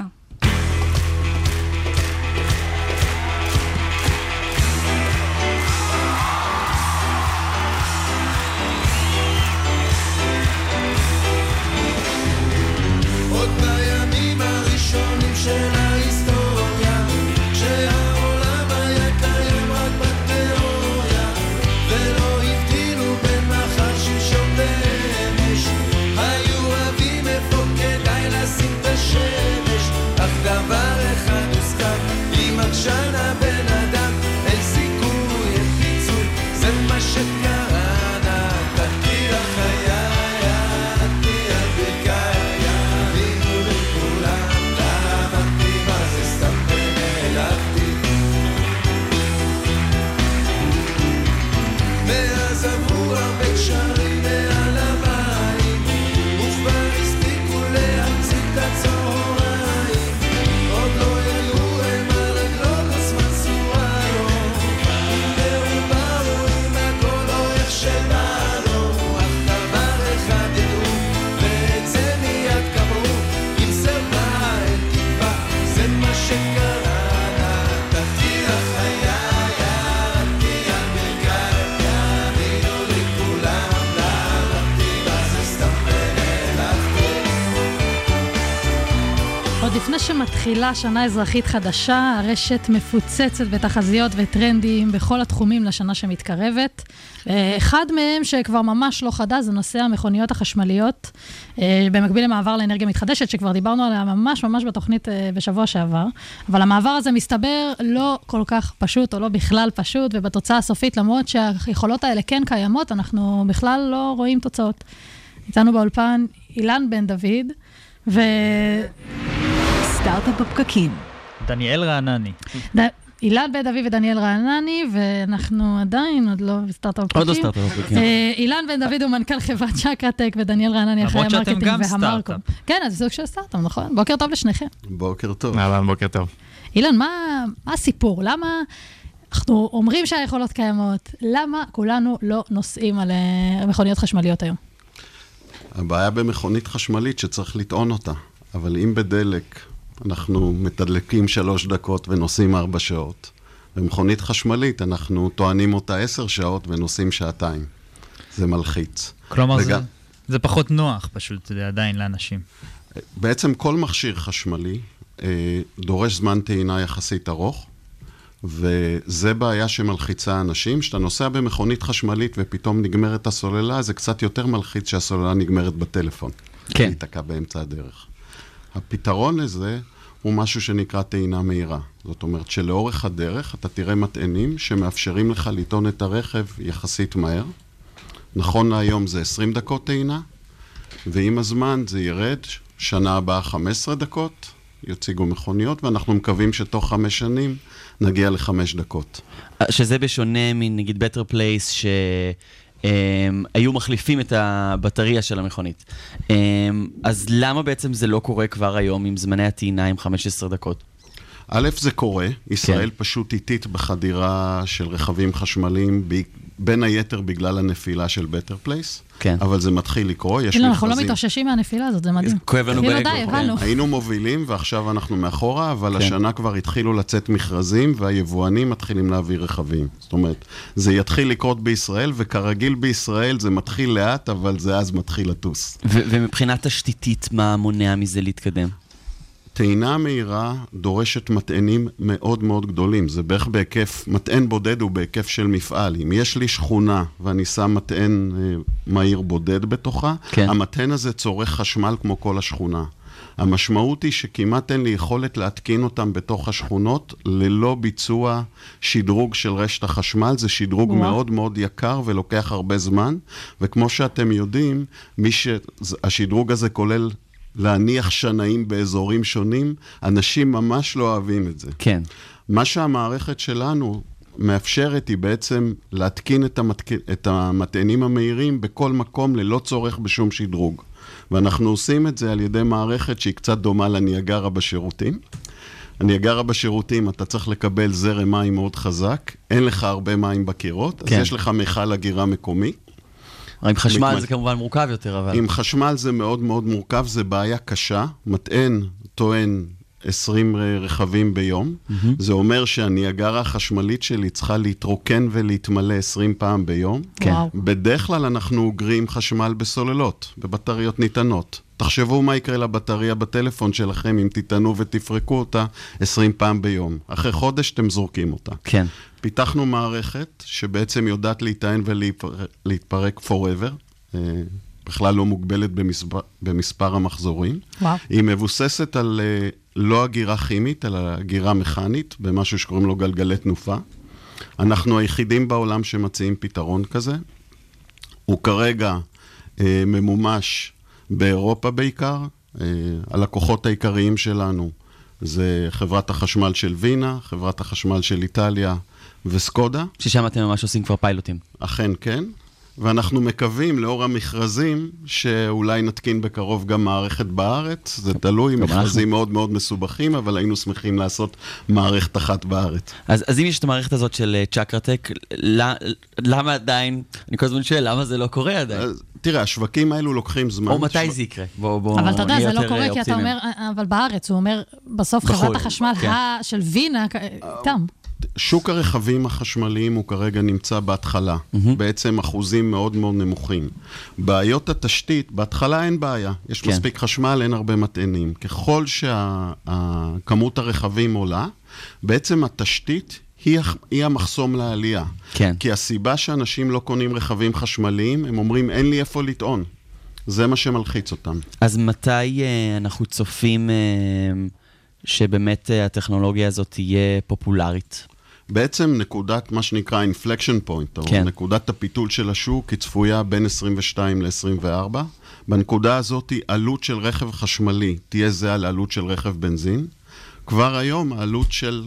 עוד בימים הראשונים של ההיסטוריה, כשהעולם היה קיים רק בתיאוריה, ולא הבדילו בין נחל שלשום לאמש, היו רבים איפה כדאי לשים את השמש, אך דבר אחד הוזכר, אם עקשן הבן אדם, אין סיכוי, אין פיצוי, זה מה שקרה, נתתי לחיי, נתתי על ברכיי, יבינו לכולם, למדתי מה זה סתם ונעלבתי. מאז עברו הרבה קשרים מעל המים, וכבר הספיקו להמציא את הצהריים, עוד לא ידעו הם על הגלובוס מנסורה לו, והוא באו עם הכל או איך שבא לו, אך דבר אחד ידעו, ואת זה מיד קבעו, אם זה בא אין תקווה, זה מה שקרה, נתתי לחיי, ירדתי על ברכיי, יאמינו לי כולם, למדתי מה זה סתם ונעלבתי. עוד לפני שמתחילה שנה אזרחית חדשה, הרשת מפוצצת בתחזיות וטרנדים בכל התחומים לשנה שמתקרבת. אה, אחד מהם שכבר ממש לא חדש זה נושא המכוניות החשמליות, אה, במקביל למעבר לאנרגיה מתחדשת, שכבר דיברנו עליה ממש ממש בתוכנית אה, בשבוע שעבר. אבל המעבר הזה מסתבר לא כל כך פשוט, או לא בכלל פשוט, ובתוצאה הסופית, למרות שהיכולות האלה כן קיימות, אנחנו בכלל לא רואים תוצאות. איתנו באולפן אילן בן דוד, ו... סטארט-אפ בפקקים. דניאל רענני. ד... אילן בן דוד ודניאל רענני, ואנחנו עדיין עוד לא בסטארט-אפ בפקקים. עוד לא סטארט-אפ בפקקים. אה, אילן בן דוד הוא מנכ"ל חברת צ'קרטק, ודניאל רענני אחראי למרות שאתם המרקטינג גם והמרקום. סטארט-אפ. כן, אז זה סוג של סטארט-אפ, נכון? בוקר טוב לשניכם. בוקר טוב. אהלן, בוקר טוב. אילן, מה, מה הסיפור? למה אנחנו אומרים שהיכולות קיימות? למה כולנו לא נוסעים על אה, מכוניות חשמליות היום? הבעיה במכונית חשמלית שצריך לטעון אותה, אבל אם בדלק אנחנו מתדלקים שלוש דקות ונוסעים ארבע שעות, במכונית חשמלית אנחנו טוענים אותה עשר שעות ונוסעים שעתיים. זה מלחיץ. כלומר, וגם... זה, זה פחות נוח פשוט, זה עדיין לאנשים. בעצם כל מכשיר חשמלי אה, דורש זמן טעינה יחסית ארוך, וזה בעיה שמלחיצה אנשים. שאתה נוסע במכונית חשמלית ופתאום נגמרת הסוללה, זה קצת יותר מלחיץ שהסוללה נגמרת בטלפון. כן. להתקע באמצע הדרך. הפתרון לזה הוא משהו שנקרא טעינה מהירה. זאת אומרת שלאורך הדרך אתה תראה מטענים שמאפשרים לך לטעון את הרכב יחסית מהר. נכון להיום זה עשרים דקות טעינה, ועם הזמן זה ירד, שנה הבאה חמש עשרה דקות, יוציגו מכוניות, ואנחנו מקווים שתוך חמש שנים נגיע לחמש דקות. שזה בשונה מנגיד Better Place, שהיו מחליפים את הבטריה של המכונית. אז למה בעצם זה לא קורה כבר היום עם זמני הטעינה עם חמש עשרה דקות? א', זה קורה. ישראל פשוט איטית בחדירה של רכבים חשמליים, בין היתר בגלל הנפילה של Better Place. כן. אבל זה מתחיל לקרוא, יש כאילו, אנחנו מכרזים. לא מתאוששים מהנפילה הזאת, זה מדהים. כואב לנו כאילו, באגו. די, הבנו. היינו מובילים ועכשיו אנחנו מאחורה, אבל כן. השנה כבר התחילו לצאת מכרזים והיבואנים מתחילים להביא רכבים. זאת אומרת, זה יתחיל לקרות בישראל, וכרגיל בישראל זה מתחיל לאט, אבל זה אז מתחיל לטוס. ו- ומבחינת תשתיתית, מה מונע מזה להתקדם? טעינה מהירה דורשת מטענים מאוד מאוד גדולים. זה בערך בהיקף, מטען בודד הוא בהיקף של מפעל. אם יש לי שכונה ואני שם מטען אה, מהיר בודד בתוכה, כן. המטען הזה צורך חשמל כמו כל השכונה. המשמעות היא שכמעט אין לי יכולת להתקין אותם בתוך השכונות ללא ביצוע שדרוג של רשת החשמל. זה שדרוג וואו. מאוד מאוד יקר ולוקח הרבה זמן, וכמו שאתם יודעים, מי ש... השדרוג הזה כולל להניח שנאים באזורים שונים, אנשים ממש לא אוהבים את זה. כן. מה שהמערכת שלנו מאפשרת היא בעצם להתקין את, המתק... את המטענים המהירים בכל מקום ללא צורך בשום שדרוג. ואנחנו עושים את זה על ידי מערכת שהיא קצת דומה לניאגרה בשירותים. הניאגרה בשירותים, אתה צריך לקבל זרם מים מאוד חזק, אין לך הרבה מים בקירות, כן. אז יש לך מיכל אגירה מקומי. עם חשמל מתמל... זה כמובן מורכב יותר, אבל... עם חשמל זה מאוד מאוד מורכב, זה בעיה קשה. מטען טוען עשרים רכבים ביום. Mm-hmm. זה אומר שהניאגרה החשמלית שלי צריכה להתרוקן ולהתמלא עשרים פעם ביום. כן. בדרך כלל אנחנו אוגרים חשמל בסוללות, בבטריות ניתנות. תחשבו מה יקרה לבטריה בטלפון שלכם אם תיתנו ותפרקו אותה עשרים פעם ביום. אחרי חודש אתם זורקים אותה. כן. פיתחנו מערכת שבעצם יודעת להיטען ולהתפרק forever, בכלל לא מוגבלת במספר, במספר המחזורים. וואו. היא מבוססת על לא הגירה כימית, אלא הגירה מכנית, במשהו שקוראים לו גלגלי תנופה. אנחנו היחידים בעולם שמציעים פתרון כזה. הוא כרגע אה, ממומש באירופה בעיקר. אה, הלקוחות העיקריים שלנו זה חברת החשמל של וינה, חברת החשמל של איטליה וסקודה. ששם אתם ממש עושים כבר פיילוטים. אכן כן. ואנחנו מקווים, לאור המכרזים, שאולי נתקין בקרוב גם מערכת בארץ. זה תלוי, מכרזים מאוד מאוד מסובכים, אבל היינו שמחים לעשות מערכת אחת בארץ. אז, אז אם יש את המערכת הזאת של צ'קרטק, למה עדיין, אני כל הזמן שואל, למה זה לא קורה עדיין? אז, תראה, השווקים האלו לוקחים זמן. או מתי זה יקרה? בוא, בוא, אבל אתה יודע, זה לא קורה, כי אתה אומר, אבל בארץ, הוא אומר, בסוף חברת החשמל של וינה, איתם. שוק הרכבים החשמליים הוא כרגע נמצא בהתחלה, mm-hmm. בעצם אחוזים מאוד מאוד נמוכים. בעיות התשתית, בהתחלה אין בעיה, יש כן. מספיק חשמל, אין הרבה מטענים. ככל שכמות הרכבים עולה, בעצם התשתית היא, היא המחסום לעלייה. כן. כי הסיבה שאנשים לא קונים רכבים חשמליים, הם אומרים אין לי איפה לטעון. זה מה שמלחיץ אותם. אז מתי uh, אנחנו צופים... Uh... שבאמת הטכנולוגיה הזאת תהיה פופולרית? בעצם נקודת מה שנקרא inflection point, כן. או נקודת הפיתול של השוק, היא צפויה בין עשרים ושתיים ל-עשרים וארבע. בנקודה הזאת, עלות של רכב חשמלי תהיה זהה לעלות של רכב בנזין. כבר היום, העלות של,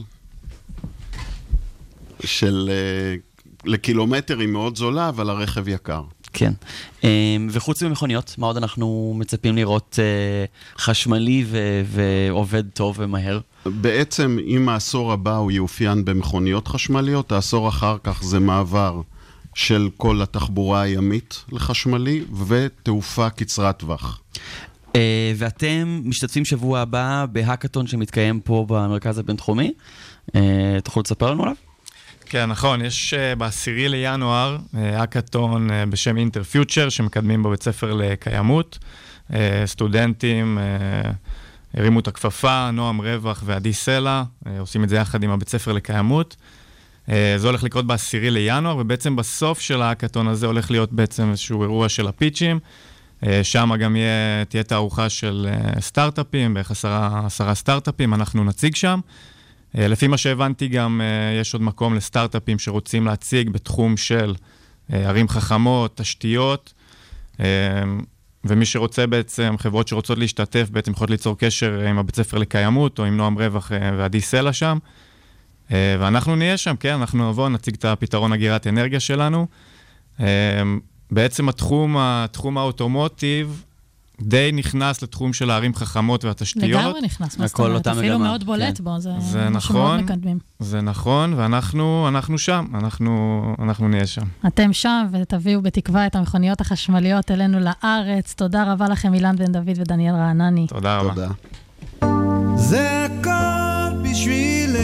של לקילומטר היא מאוד זולה, אבל הרכב יקר. כן. וחוץ ממכוניות, מה עוד אנחנו מצפים לראות חשמלי ו- ועובד טוב ומהר? בעצם, אם העשור הבא הוא יאופיין במכוניות חשמליות, העשור אחר כך זה מעבר של כל התחבורה הימית לחשמלי ותעופה קצרת טווח. ואתם משתתפים שבוע הבא בהאקתון שמתקיים פה במרכז הבינתחומי. תוכלו לספר לנו עליו? כן, נכון, יש uh, בעשירי לינואר האקתון uh, uh, בשם אינטר פיוטשר, שמקדמים בבית ספר לקיימות. Uh, סטודנטים uh, הרימו את הכפפה, נועם רווח ועדי סלע, uh, עושים את זה יחד עם הבית ספר לקיימות. Uh, זה הולך לקרות בעשירי לינואר, ובעצם בסוף של האקתון הזה הולך להיות בעצם איזשהו אירוע של הפיצ'ים. Uh, שם גם יהיה, תהיה תערוכה של uh, סטארט-אפים, בערך עשרה, עשרה סטארט-אפים, אנחנו נציג שם. לפי מה שהבנתי גם יש עוד מקום לסטארט-אפים שרוצים להציג בתחום של ערים חכמות, תשתיות, ומי שרוצה בעצם, חברות שרוצות להשתתף, בעצם יכולות ליצור קשר עם הבית ספר לקיימות, או עם נועם רווח ועדי סלע שם, ואנחנו נהיה שם, כן, אנחנו נבוא, נציג את הפתרון הגירת אנרגיה שלנו. בעצם התחום, התחום האוטומוטיב, די נכנס לתחום של הערים חכמות והתשתיות. לגמרי נכנס, מה זאת אומרת, אפילו מאוד בולט בו, זה משהו מאוד מקדמים. זה נכון, ואנחנו אנחנו שם, אנחנו, אנחנו נהיה שם. אתם שם, ותביאו בתקווה את המכוניות החשמליות אלינו לארץ. תודה רבה לכם, אילן בן דוד ודניאל רענני. תודה רבה. תודה. זה הכל בשבילך,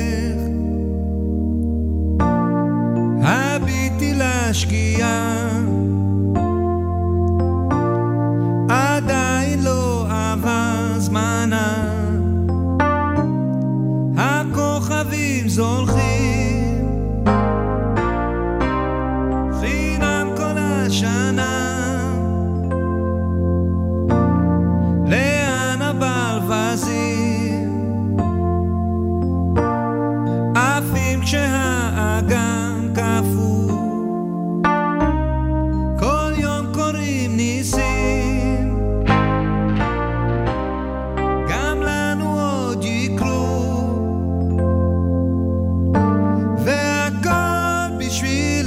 הביטי להשקיעה, עדיין לא עבר זמנה, הכוכבים זולחים חינם כל השנה, לאן הברווזים עפים כשהאגם קפוא, כל יום קוראים ניסים, גם לנו עוד יקרו, והכל בשבילך.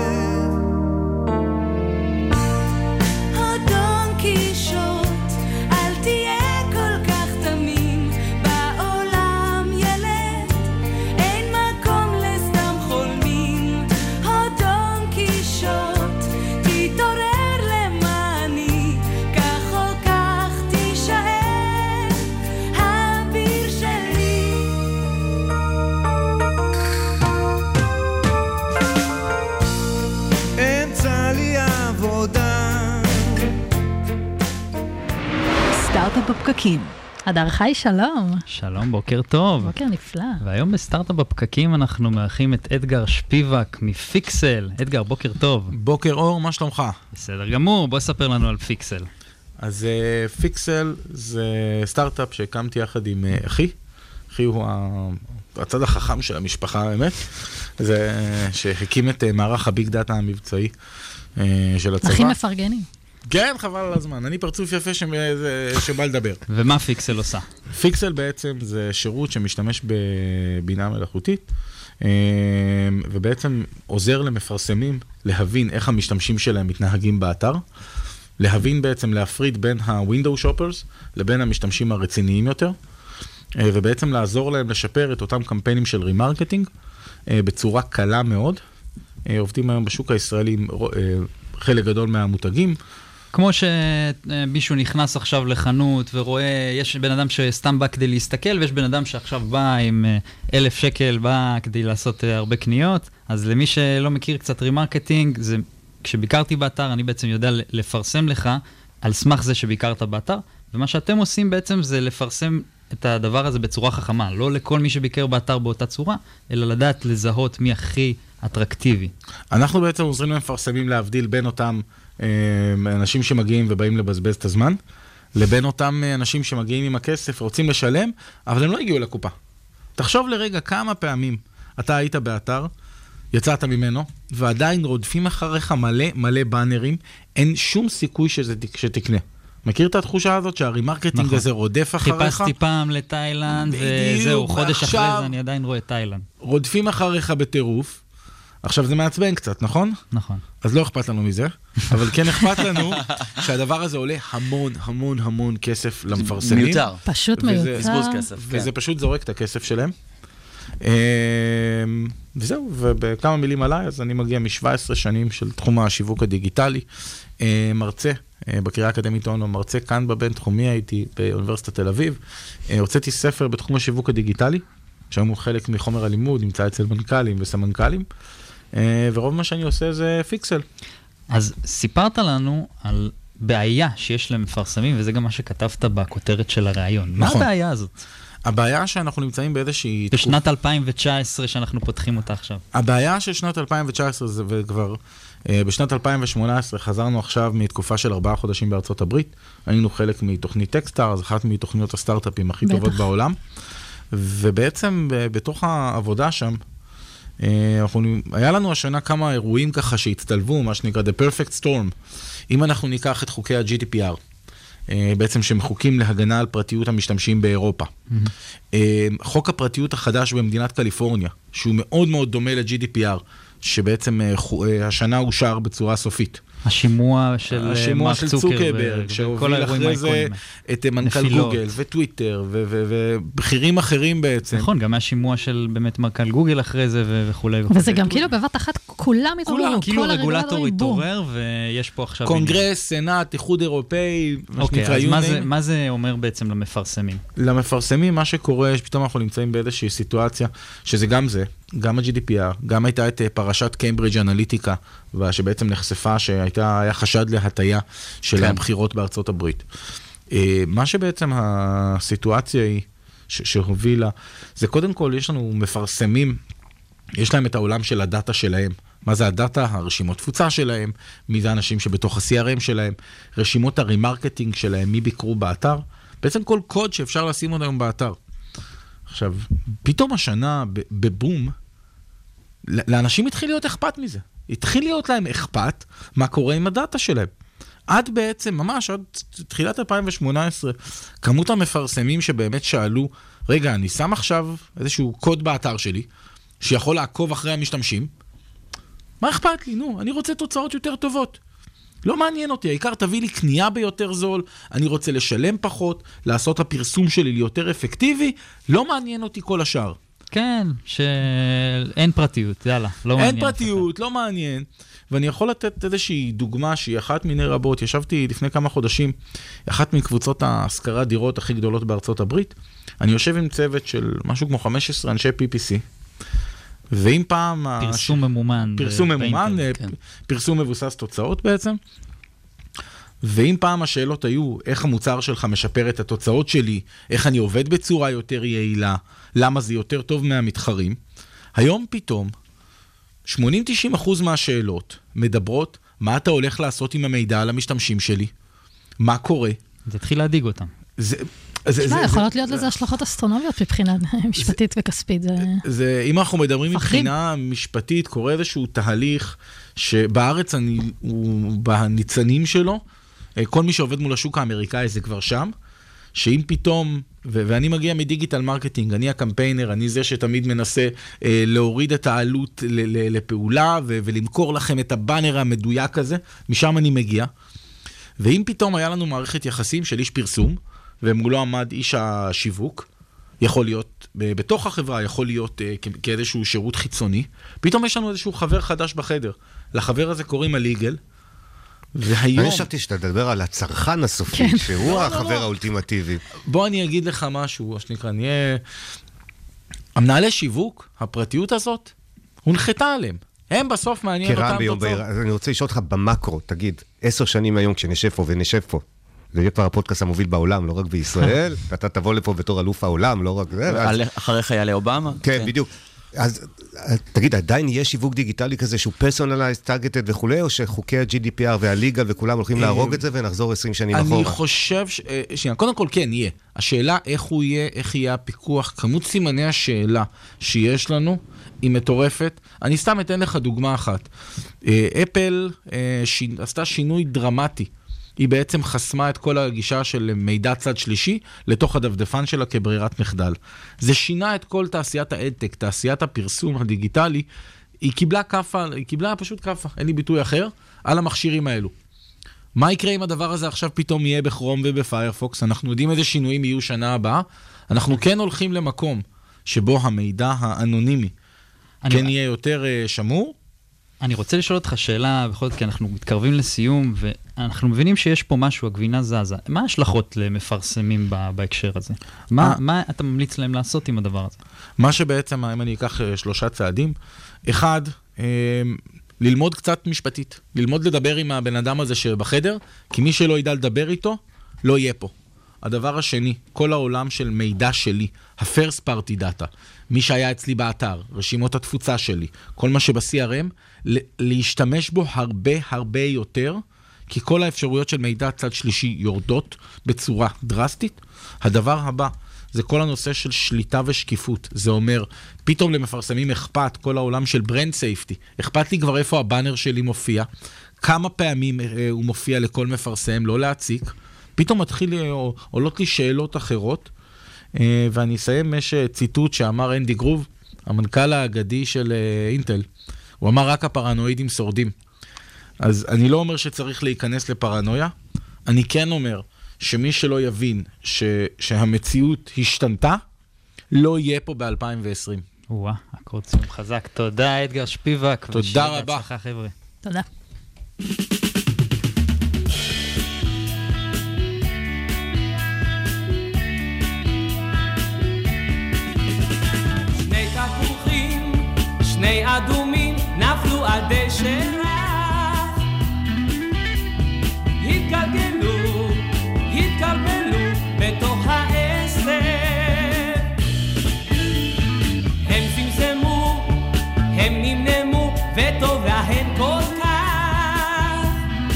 אדון קישוט, אל תהיה כל כך תמים, בעולם ילד, אין מקום לסתם חולמים. אדון קישוט, תתעורר למעני, כך או כך תישאר האביר שלי. אמצע לי עבודה, סטארט-אפ בפקקים. הדר חי, שלום. שלום, בוקר טוב. בוקר נפלא. והיום בסטארט-אפ בפקקים אנחנו מארחים את אדגר שפיבק מפיקסל. אדגר, בוקר טוב. בוקר אור, מה שלומך? בסדר גמור, בוא ספר לנו על פיקסל. אז uh, פיקסל זה סטארט-אפ שהקמתי יחד עם uh, אחי. אחי הוא ה- הצד החכם של המשפחה, האמת. זה uh, שהקים את uh, מערך הביג דאטה המבצעי uh, של הצבא. הכי מפרגנים. כן, חבל על הזמן. אני פרצוף יפה ש- זה- שבא לדבר. ומה פיקסל עושה? פיקסל בעצם זה שירות שמשתמש בבינה מלאכותית, אה, ובעצם עוזר למפרסמים להבין איך המשתמשים שלהם מתנהגים באתר, להבין בעצם להפריד בין ה-window shoppers לבין המשתמשים הרציניים יותר, אה, ובעצם לעזור להם לשפר את אותם קמפיינים של רימרקטינג אה, בצורה קלה מאוד. אה, עובדים היום בשוק הישראלי עם אה, חלק גדול מהמותגים, כמו שמישהו נכנס עכשיו לחנות ורואה, יש בן אדם שסתם בא כדי להסתכל, ויש בן אדם שעכשיו בא עם אלף שקל, בא כדי לעשות הרבה קניות. אז למי שלא מכיר קצת רימרקטינג, זה, כשביקרתי באתר, אני בעצם יודע לפרסם לך על סמך זה שביקרת באתר, ומה שאתם עושים בעצם זה לפרסם את הדבר הזה בצורה חכמה, לא לכל מי שביקר באתר באותה צורה, אלא לדעת לזהות מי הכי אטרקטיבי. אנחנו בעצם עוזרים למפרסמים להבדיל בין אותם אנשים שמגיעים ובאים לבזבז את הזמן, לבין אותם אנשים שמגיעים עם הכסף, רוצים לשלם, אבל הם לא הגיעו לקופה. תחשוב לרגע כמה פעמים אתה היית באתר, יצאת ממנו, ועדיין רודפים אחריך מלא מלא בנרים, אין שום סיכוי שזה, שתקנה. מכיר את התחושה הזאת שהרימרקטינג נכון. הזה רודף אחריך? חיפשתי פעם לתאילנד, וזהו, חודש אחרי זה אני עדיין רואה תאילנד. רודפים אחריך בטירוף, עכשיו זה מעצבן קצת, נכון? נכון. אז לא אכפת לנו מזה, אבל כן אכפת לנו שהדבר הזה עולה המון, המון, המון כסף למפרסמים. מיותר. פשוט מיותר. בזבוז כסף. וזה פשוט זורק את הכסף שלהם. וזהו, ובכמה מילים עליי, אז אני מגיע מ-שבע עשרה שנים של תחום השיווק הדיגיטלי, מרצה בקריאה האקדמית אונו, מרצה כאן בבין תחומי הייתי באוניברסיטת תל אביב, הוצאתי ספר בתחום השיווק הדיגיטלי, שהיום הוא חלק מחומר הלימוד, נמצא אצל מנכ"לים וסמנכ"לים, ורוב מה שאני עושה זה פיקסל. אז סיפרת לנו על בעיה שיש למפרסמים, וזה גם מה שכתבת בכותרת של הרעיון. מה הבעיה הזאת? הבעיה שאנחנו נמצאים באיזושהי... בשנת אלפיים תשע עשרה שאנחנו פותחים אותה עכשיו. הבעיה של שנת אלפיים תשע עשרה זה וכבר... בשנת אלפיים שמונה עשרה חזרנו עכשיו מתקופה של ארבעה חודשים בארצות הברית. היינו חלק מתוכנית טקסטארס, אחת מתוכניות הסטארט-אפים הכי טובות בעולם. ובעצם בתוך העבודה שם, היה לנו השנה כמה אירועים ככה שהצטלבו, מה שנקרא The Perfect Storm. אם אנחנו ניקח את חוקי ה-ג'י די פי אר, בעצם שמחוקים להגנה על פרטיות המשתמשים באירופה. חוק הפרטיות החדש במדינת קליפורניה, שהוא מאוד מאוד דומה ל-ג'י די פי אר, שבעצם השנה אושר בצורה סופית. השימוע של השימוע של צוקרברג, שהוביל אחרי זה את מנכ"ל גוגל וטוויטר ובכירים אחרים בעצם. נכון, גם השימוע של באמת מנכ"ל גוגל אחרי זה וכו'. וזה גם כאילו בבת אחת כולם התעוררו, כאילו רגולטור התעורר ויש פה עכשיו... קונגרס, סנאט, איחוד אירופאי, מה אוקיי, שנקרא... אז מה זה אומר בעצם למפרסמים? למפרסמים, מה שקורה, שפתאום אנחנו נמצאים באיזושהי סיטואציה, שזה גם זה, גם ה-ג'י די פי אר, גם הייתה את פרשת קיימברידג' אנליטיקה, שבעצם נחשפה שהייתה, היה חשד להטיה של הבחירות בארצות הברית. מה שבעצם הסיטואציה היא שהובילה, זה קודם כל יש לנו מפרסמים, יש להם את העולם של הדאטה שלהם. מה זה הדאטה? הרשימות תפוצה שלהם, מי זה האנשים שבתוך ה-סי אר אם שלהם, רשימות הרימרקטינג שלהם, מי ביקרו באתר, בעצם כל קוד שאפשר לשים עוד היום באתר. עכשיו, פתאום השנה בבום, לאנשים התחיל להיות אכפת מזה. התחיל להיות להם אכפת מה קורה עם הדאטה שלהם. עד בעצם, ממש עד תחילת אלפיים שמונה עשרה, כמות המפרסמים שבאמת שאלו, רגע, אני שם עכשיו איזשהו קוד באתר שלי, שיכול לעקוב אחרי המשתמשים, מה אכפת לי? נו, אני רוצה תוצאות יותר טובות. לא מעניין אותי, העיקר תביא לי קנייה ביותר זול, אני רוצה לשלם פחות, לעשות הפרסום שלי ליותר אפקטיבי, לא מעניין אותי כל השאר. כן, שאין פרטיות, יאללה, לא מעניין. אין פרטיות, לא מעניין. ואני יכול לתת איזושהי דוגמה שהיא אחת מיני רבות. ישבתי לפני כמה חודשים, אחת מקבוצות ההשכרת דירות הכי גדולות בארצות הברית. אני יושב עם צוות של משהו כמו חמש עשרה אנשי פי פי סי. ואם פעם... פרסום ממומן. פרסום ממומן, פרסום מבוסס תוצאות בעצם. ואם פעם השאלות היו, איך המוצר שלך משפר את התוצאות שלי, איך אני עובד בצורה יותר יעילה, למה זה יותר טוב מהמתחרים, היום פתאום, שמונים עד תשעים אחוז מהשאלות מדברות, מה אתה הולך לעשות עם המידע על המשתמשים שלי, מה קורה. זה התחיל להדיג אותם. זה... תשמע, יכולות להיות לזה השלכות אסטרונומיות מבחינה משפטית וכספית. אם אנחנו מדברים מבחינה משפטית, קורה איזשהו תהליך שבארץ הוא בניצנים שלו, כל מי שעובד מול השוק האמריקאי זה כבר שם, שאם פתאום, ואני מגיע מדיגיטל מרקטינג, אני הקמפיינר, אני זה שתמיד מנסה להוריד את העלות לפעולה ולמכור לכם את הבאנר המדויק הזה, משם אני מגיע. ואם פתאום היה לנו מערכת יחסים של איש פרסום, ומולו עמד איש השיווק, יכול להיות בתוך החברה, יכול להיות כאיזשהו שירות חיצוני, פתאום יש לנו איזשהו חבר חדש בחדר. לחבר הזה קוראים הליגל, והיום... אני חשבתי שאתה תדבר על הצרכן הסופי, שהוא החבר האולטימטיבי. בוא אני אגיד לך משהו, שנקרא, נהיה... המנהלי שיווק, הפרטיות הזאת, הונחתה עליהם. הם בסוף מעניין אותם תוצאות. אני רוצה לשאול אותך במקרו, תגיד, עשר שנים היום כשנשב פה ונשב פה, זה יהיה כבר הפודקאסט המוביל בעולם, לא רק בישראל, ואתה תבוא לפה בתור אלוף העולם, לא רק זה. אחריך היה לאובמה? כן, בדיוק. אז תגיד, עדיין יש שיווק דיגיטלי כזה שהוא personalized, targeted וכולי, או שחוקי ה-ג'י די פי אר והליגה וכולם הולכים להרוג את זה ונחזור עשרים שנים אחורה? אני חושב, שנייה, קודם כל כן, יהיה. השאלה איך הוא יהיה, איך יהיה הפיקוח, כמות סימני השאלה שיש לנו היא מטורפת. אני סתם אתן לך דוגמה אחת. אפל עשתה שינוי דרמטי. היא בעצם חסמה את כל הגישה של מידע צד שלישי לתוך הדפדפן שלה כברירת מחדל. זה שינה את כל תעשיית האדטק, תעשיית הפרסום הדיגיטלי, היא קיבלה קפה, היא קיבלה פשוט קפה, אין לי ביטוי אחר, על המכשירים האלו. מה יקרה אם הדבר הזה עכשיו פתאום יהיה בכרום ובפיירפוקס? אנחנו יודעים איזה שינויים יהיו שנה הבאה. אנחנו כן הולכים למקום שבו המידע האנונימי כן יהיה יותר שמור. אני רוצה לשאול אותך שאלה, בכל זאת, כי אנחנו מתקרבים לסיום, ו... אנחנו מבינים שיש פה משהו, הגבינה זזה. מה ההשלכות למפרסמים בהקשר הזה? מה, מה אתה ממליץ להם לעשות עם הדבר הזה? מה שבעצם, אם אני אקח שלושה צעדים, אחד, ללמוד קצת משפטית, ללמוד לדבר עם הבן אדם הזה שבחדר, כי מי שלא ידע לדבר איתו, לא יהיה פה. הדבר השני, כל העולם של מידע שלי, ה-first party data, מי שהיה אצלי באתר, רשימות התפוצה שלי, כל מה שב-סי אר אם, להשתמש בו הרבה הרבה יותר, כי כל האפשרויות של מידע צד שלישי יורדות בצורה דרסטית. הדבר הבא, זה כל הנושא של שליטה ושקיפות. זה אומר, פתאום למפרסמים אכפת כל העולם של ברנד סייפטי. אכפת לי כבר איפה הבאנר שלי מופיע, כמה פעמים אה, הוא מופיע לכל מפרסם, לא להציק. פתאום מתחיל, אה, עולות לי שאלות אחרות, אה, ואני אסיים, יש ציטוט שאמר אנדי גרוב, המנכ"ל האגדי של אה, אינטל. הוא אמר, רק הפרנואידים שורדים. אז אני לא אומר שצריך להיכנס לפרנויה, אני כן אומר, שמי שלא יבין ש, שהמציאות השתנתה, לא יהיה פה ב-אלפיים ועשרים. וואה, אקורד סיום חזק. תודה, אדגר שפיבק. תודה רבה. בהצלחה, חבר'ה. תודה. שני תפוחים, שני אדומים, נפלו על דשא רך. התגלגלו התקרבלו בתוך העשר, הם סמסמו, הם נמנמו, וטוב להם כל כך.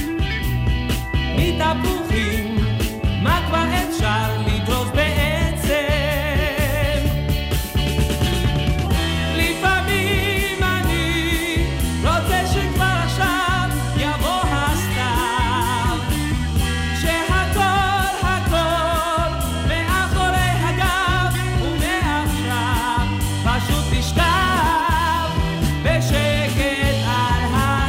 מתפוחים, מה כבר אפשר לדרוש בעצם? לפעמים אני רוצה שכבר עכשיו יבוא הסתיו, שהכל הכל מאחורי הגב, ומעכשיו פשוט תשכב בשקט על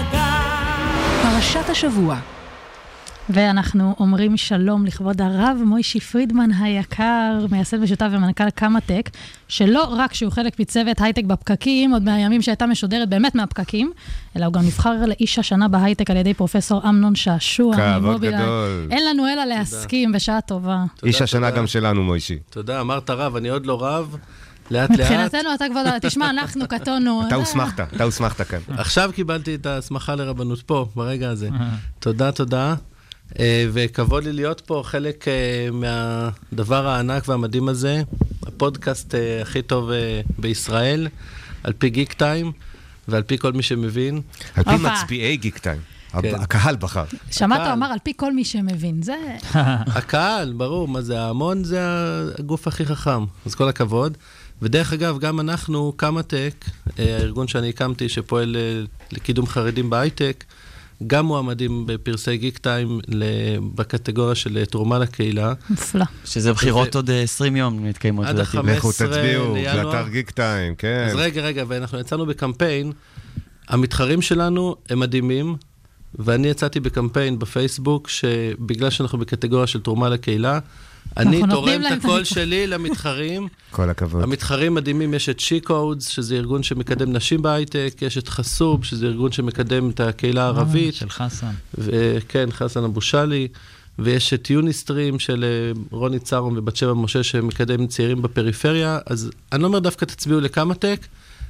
הגב. פרשת השבוע. ואנחנו אומרים שלום לכבוד הרב מוישי פרידמן היקר, מייסד משותף ומנכ"ל קמא-טק, שלא רק שהוא חלק מצוות הייטק בפקקים, עוד מהימים שהייתה משודרת באמת מהפקקים, אלא הוא גם נבחר לאיש השנה בהייטק על ידי פרופסור אמנון שעשוע. כבוד גדול. אין לנו אלא להסכים בשעה טובה. איש השנה גם שלנו, מוישי. תודה, אמרת רב, אני עוד לא רב. לאט לאט. מבחינתנו אתה כבוד, תשמע, אנחנו קטונו. אתה הוסמכת, אתה הוסמכת כאן. עכשיו קיבלתי את ההסמכה לרבנות פה, ברגע הזה. תודה, תודה. וכבוד לי להיות פה חלק מהדבר הענק והמדהים הזה, הפודקאסט הכי טוב בישראל, על פי גיק טיים, ועל פי כל מי שמבין. על פי מצביעי גיק טיים. הקהל בחר. שמעת, הוא אמר, על פי כל מי שמבין. זה... הקהל, ברור, מה זה? ההמון זה הגוף הכי חכם. אז כל הכבוד. ודרך אגב, גם אנחנו, קמא-טק, הארגון שאני הקמתי, שפועל לקידום חרדים בהייטק, גם מועמדים בפרסי גיק טיים בקטגוריה של תרומה לקהילה. נפלא. שזה בחירות עוד עשרים יום מתקיימות. עד ה-חמישה לינואר. לכו תצביעו, לאתר גיק טיים, כן. אז רגע, רגע, ואנחנו יצאנו בקמפיין, המתחרים שלנו הם מדהימים, ואני יצאתי בקמפיין בפייסבוק, שבגלל שאנחנו בקטגוריה של תרומה לקהילה, אני תורם את הקול שלי למתחרים. כל הכבוד. המתחרים מדהימים, יש את שי-קודס, שזה ארגון שמקדם נשים בהייטק, יש את חסוב, שזה ארגון שמקדם את הקהילה הערבית. של חסן. כן, חסן אבו שלי. ויש את יוניסטרים של רוני צרום ובת שבע משה, שמקדם צעירים בפריפריה. אז אני לא אומר דווקא תצביעו לקמא-טק,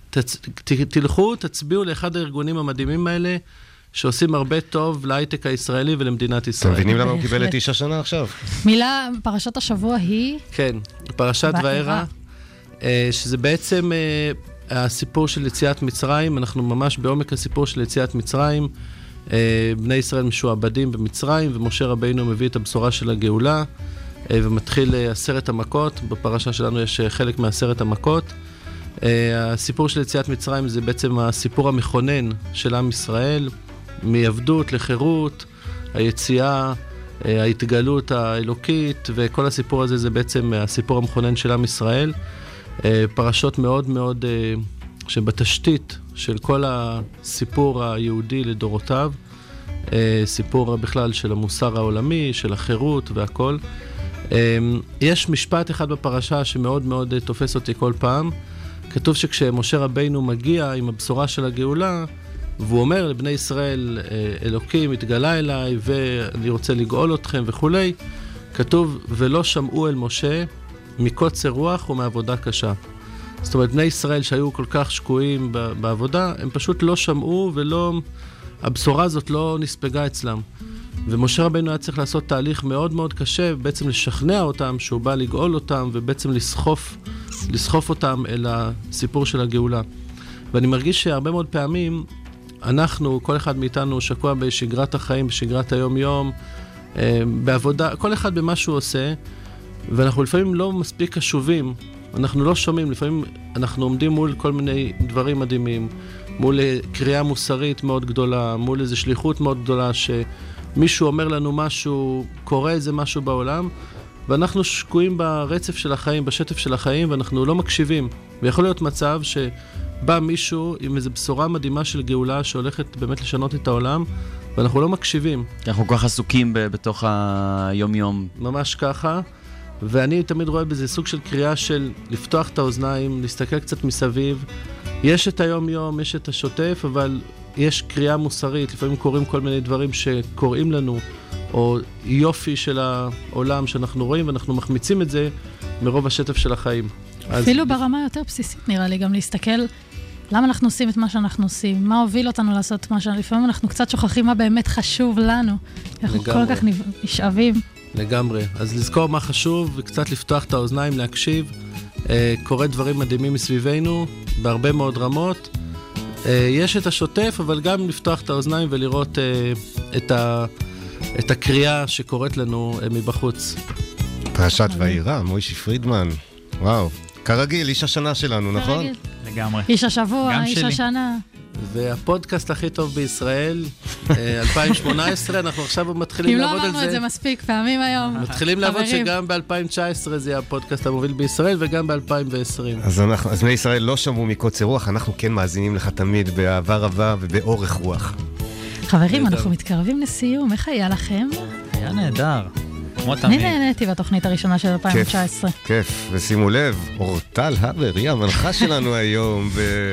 תלכו, תצביעו לאחד הארגונים המדהימים האלה, שעושים הרבה טוב להייטק הישראלי ולמדינת ישראל. אתם מבינים למה הוא קיבל את איש השנה עכשיו? מילה, פרשת השבוע היא? כן, פרשת וארא, שזה בעצם הסיפור של יציאת מצרים, אנחנו ממש בעומק הסיפור של יציאת מצרים, בני ישראל משועבדים במצרים, ומשה רבינו מביא את הבשורה של הגאולה, ומתחיל עשרת המכות, בפרשה שלנו יש חלק מעשרת המכות. הסיפור של יציאת מצרים זה בעצם הסיפור המכונן של עם ישראל, מעבדות לחירות, היציאה, ההתגלות האלוקית, וכל הסיפור הזה זה בעצם הסיפור המכונן של עם ישראל. פרשות מאוד מאוד שבתשתית של כל הסיפור היהודי לדורותיו, סיפור בכלל של המוסר העולמי, של החירות והכל. יש משפט אחד בפרשה שמאוד מאוד תופס אותי כל פעם. כתוב שכשמשה רבינו מגיע עם הבשורה של הגאולה, והוא אומר לבני ישראל, אלוקים התגלה אליי ואני רוצה לגאול אתכם וכולי. כתוב, ולא שמעו אל משה מקוצר רוח ומעבודה קשה. זאת אומרת, בני ישראל שהיו כל כך שקועים בעבודה, הם פשוט לא שמעו ולא, הבשורה הזאת לא נספגה אצלם. ומשה רבינו היה צריך לעשות תהליך מאוד מאוד קשה, בעצם לשכנע אותם שהוא בא לגאול אותם, ובעצם לסחוף, לסחוף אותם אל הסיפור של הגאולה. ואני מרגיש שהרבה מאוד פעמים, אנחנו, כל אחד מאיתנו שקוע בשגרת החיים, בשגרת היום-יום, בעבודה, כל אחד במה שהוא עושה, ואנחנו לפעמים לא מספיק קשובים, אנחנו לא שומעים, לפעמים אנחנו עומדים מול כל מיני דברים מדהימים, מול קריאה מוסרית מאוד גדולה, מול איזו שליחות מאוד גדולה, שמישהו אומר לנו משהו, קורה איזה משהו בעולם, ואנחנו שקועים ברצף של החיים, בשטף של החיים, ואנחנו לא מקשיבים. ויכול להיות מצב שבא מישהו עם איזו בשורה מדהימה של גאולה, שהולכת באמת לשנות את העולם, ואנחנו לא מקשיבים. כי אנחנו כל כך עסוקים בתוך היום-יום. ממש ככה. ואני תמיד רואה בזה סוג של קריאה של לפתוח את האוזניים, להסתכל קצת מסביב. יש את היום-יום, יש את השוטף, אבל יש קריאה מוסרית. לפעמים קוראים כל מיני דברים שקוראים לנו, או יופי של העולם שאנחנו רואים, ואנחנו מחמיצים את זה מרוב השטף של החיים. אפילו אז... ברמה יותר בסיסית נראה לי, גם להסתכל למה אנחנו עושים את מה שאנחנו עושים, מה הוביל אותנו לעשות מה שאנחנו, לפעמים אנחנו קצת שוכחים מה באמת חשוב לנו. אנחנו כל כך נשאבים. לגמרי. אז לזכור מה חשוב, וקצת לפתוח את האוזניים, להקשיב. אה, קורה דברים מדהימים מסביבנו, בהרבה מאוד רמות. אה, יש את השוטף, אבל גם לפתוח את האוזניים ולראות אה, את, ה, את הקריאה שקורית לנו אה, מבחוץ. פרשת ואירה, מוישי פרידמן. וואו. כרגיל, איש השנה שלנו, נכון? לגמרי. איש השבוע, איש השנה. והפודקאסט הכי טוב בישראל, אלפיים שמונה עשרה, אנחנו עכשיו מתחילים לעבוד על זה. אם לא אמרנו את זה מספיק פעמים היום. מתחילים לעבוד שגם ב-אלפיים תשע עשרה זה יהיה הפודקאסט המוביל בישראל, וגם ב-אלפיים ועשרים. אז בני ישראל לא שמעו מקוצר רוח, אנחנו כן מאזינים לך תמיד באהבה רבה ובאורך רוח. חברים, אנחנו מתקרבים לסיום, איך היה לכם? היה נהדר. אני נהניתי בתוכנית הראשונה של אלפיים תשע עשרה. כיף, כיף, ושימו לב, אורטל הבר, היא המנחה שלנו היום,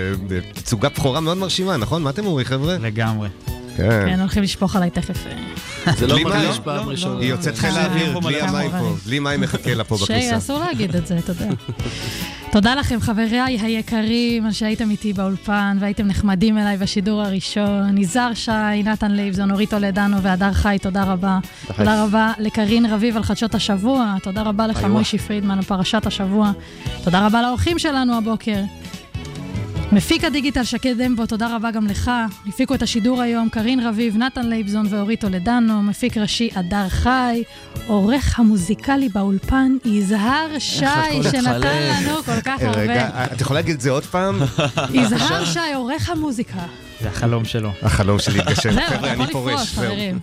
בתצוגה בחורה מאוד מרשימה, נכון? מה אתם אומרים, חבר'ה? לגמרי. כן, הולכים לשפוך עליי תכף. זה לא מרגיש פעם ראשונה. היא יוצאת חיל האוויר, בלי המים פה, בלי מים מחכה לה פה בכניסה. שי, אסור להגיד את זה, תודה. תודה לכם, חבריי היקרים, שהייתם איתי באולפן, והייתם נחמדים אליי בשידור הראשון. יזהר שי, נתן לייבזון, אורית הולדנו והדר חי, תודה רבה. תודה רבה לקרין רביב על חדשות השבוע, תודה רבה לך מוישי פרידמן על פרשת השבוע. תודה רבה לאורחים שלנו הבוקר. מפיק הדיגיטל שקד דמבו, תודה רבה גם לך. הפיקו את השידור היום קרין רביב, נתן לייבזון ואורית הולדנו. מפיק ראשי אדר חי. עורך המוזיקלי באולפן יזהר שי, שנתן לנו כל כך הרבה. רגע, את יכולה להגיד את זה עוד פעם? יזהר שי, עורך המוזיקה. זה החלום שלו. החלום שלי התגשם. זהו, אתה יכול לפרוש, חברים.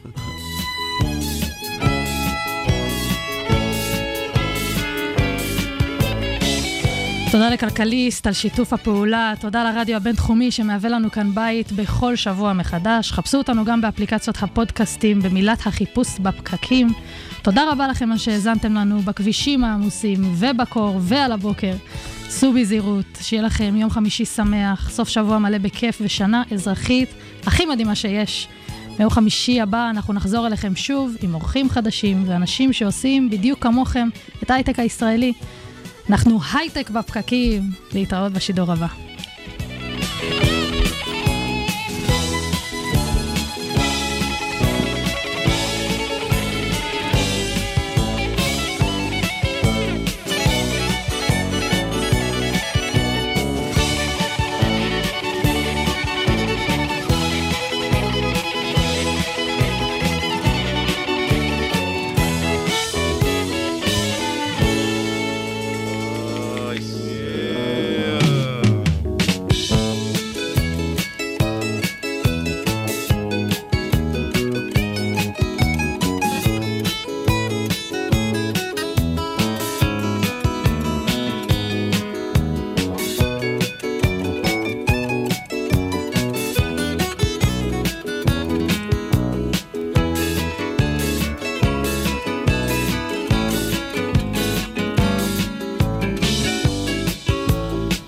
תודה לכלכליסט על שיתוף הפעולה, תודה לרדיו הבינתחומי שמהווה לנו כאן בית בכל שבוע מחדש. חפשו אותנו גם באפליקציות הפודקאסטים, במילת החיפוש בפקקים. תודה רבה לכם על שהזנתם לנו בכבישים העמוסים ובקור ועל הבוקר. סעו בזהירות, שיהיה לכם יום חמישי שמח, סוף שבוע מלא בכיף ושנה אזרחית הכי מדהימה שיש. ביום חמישי הבא אנחנו נחזור אליכם שוב עם אורחים חדשים ואנשים שעושים בדיוק כמוכם את ההייטק הישראלי. אנחנו הייטק בפקקים, להתראות בשידור הבא.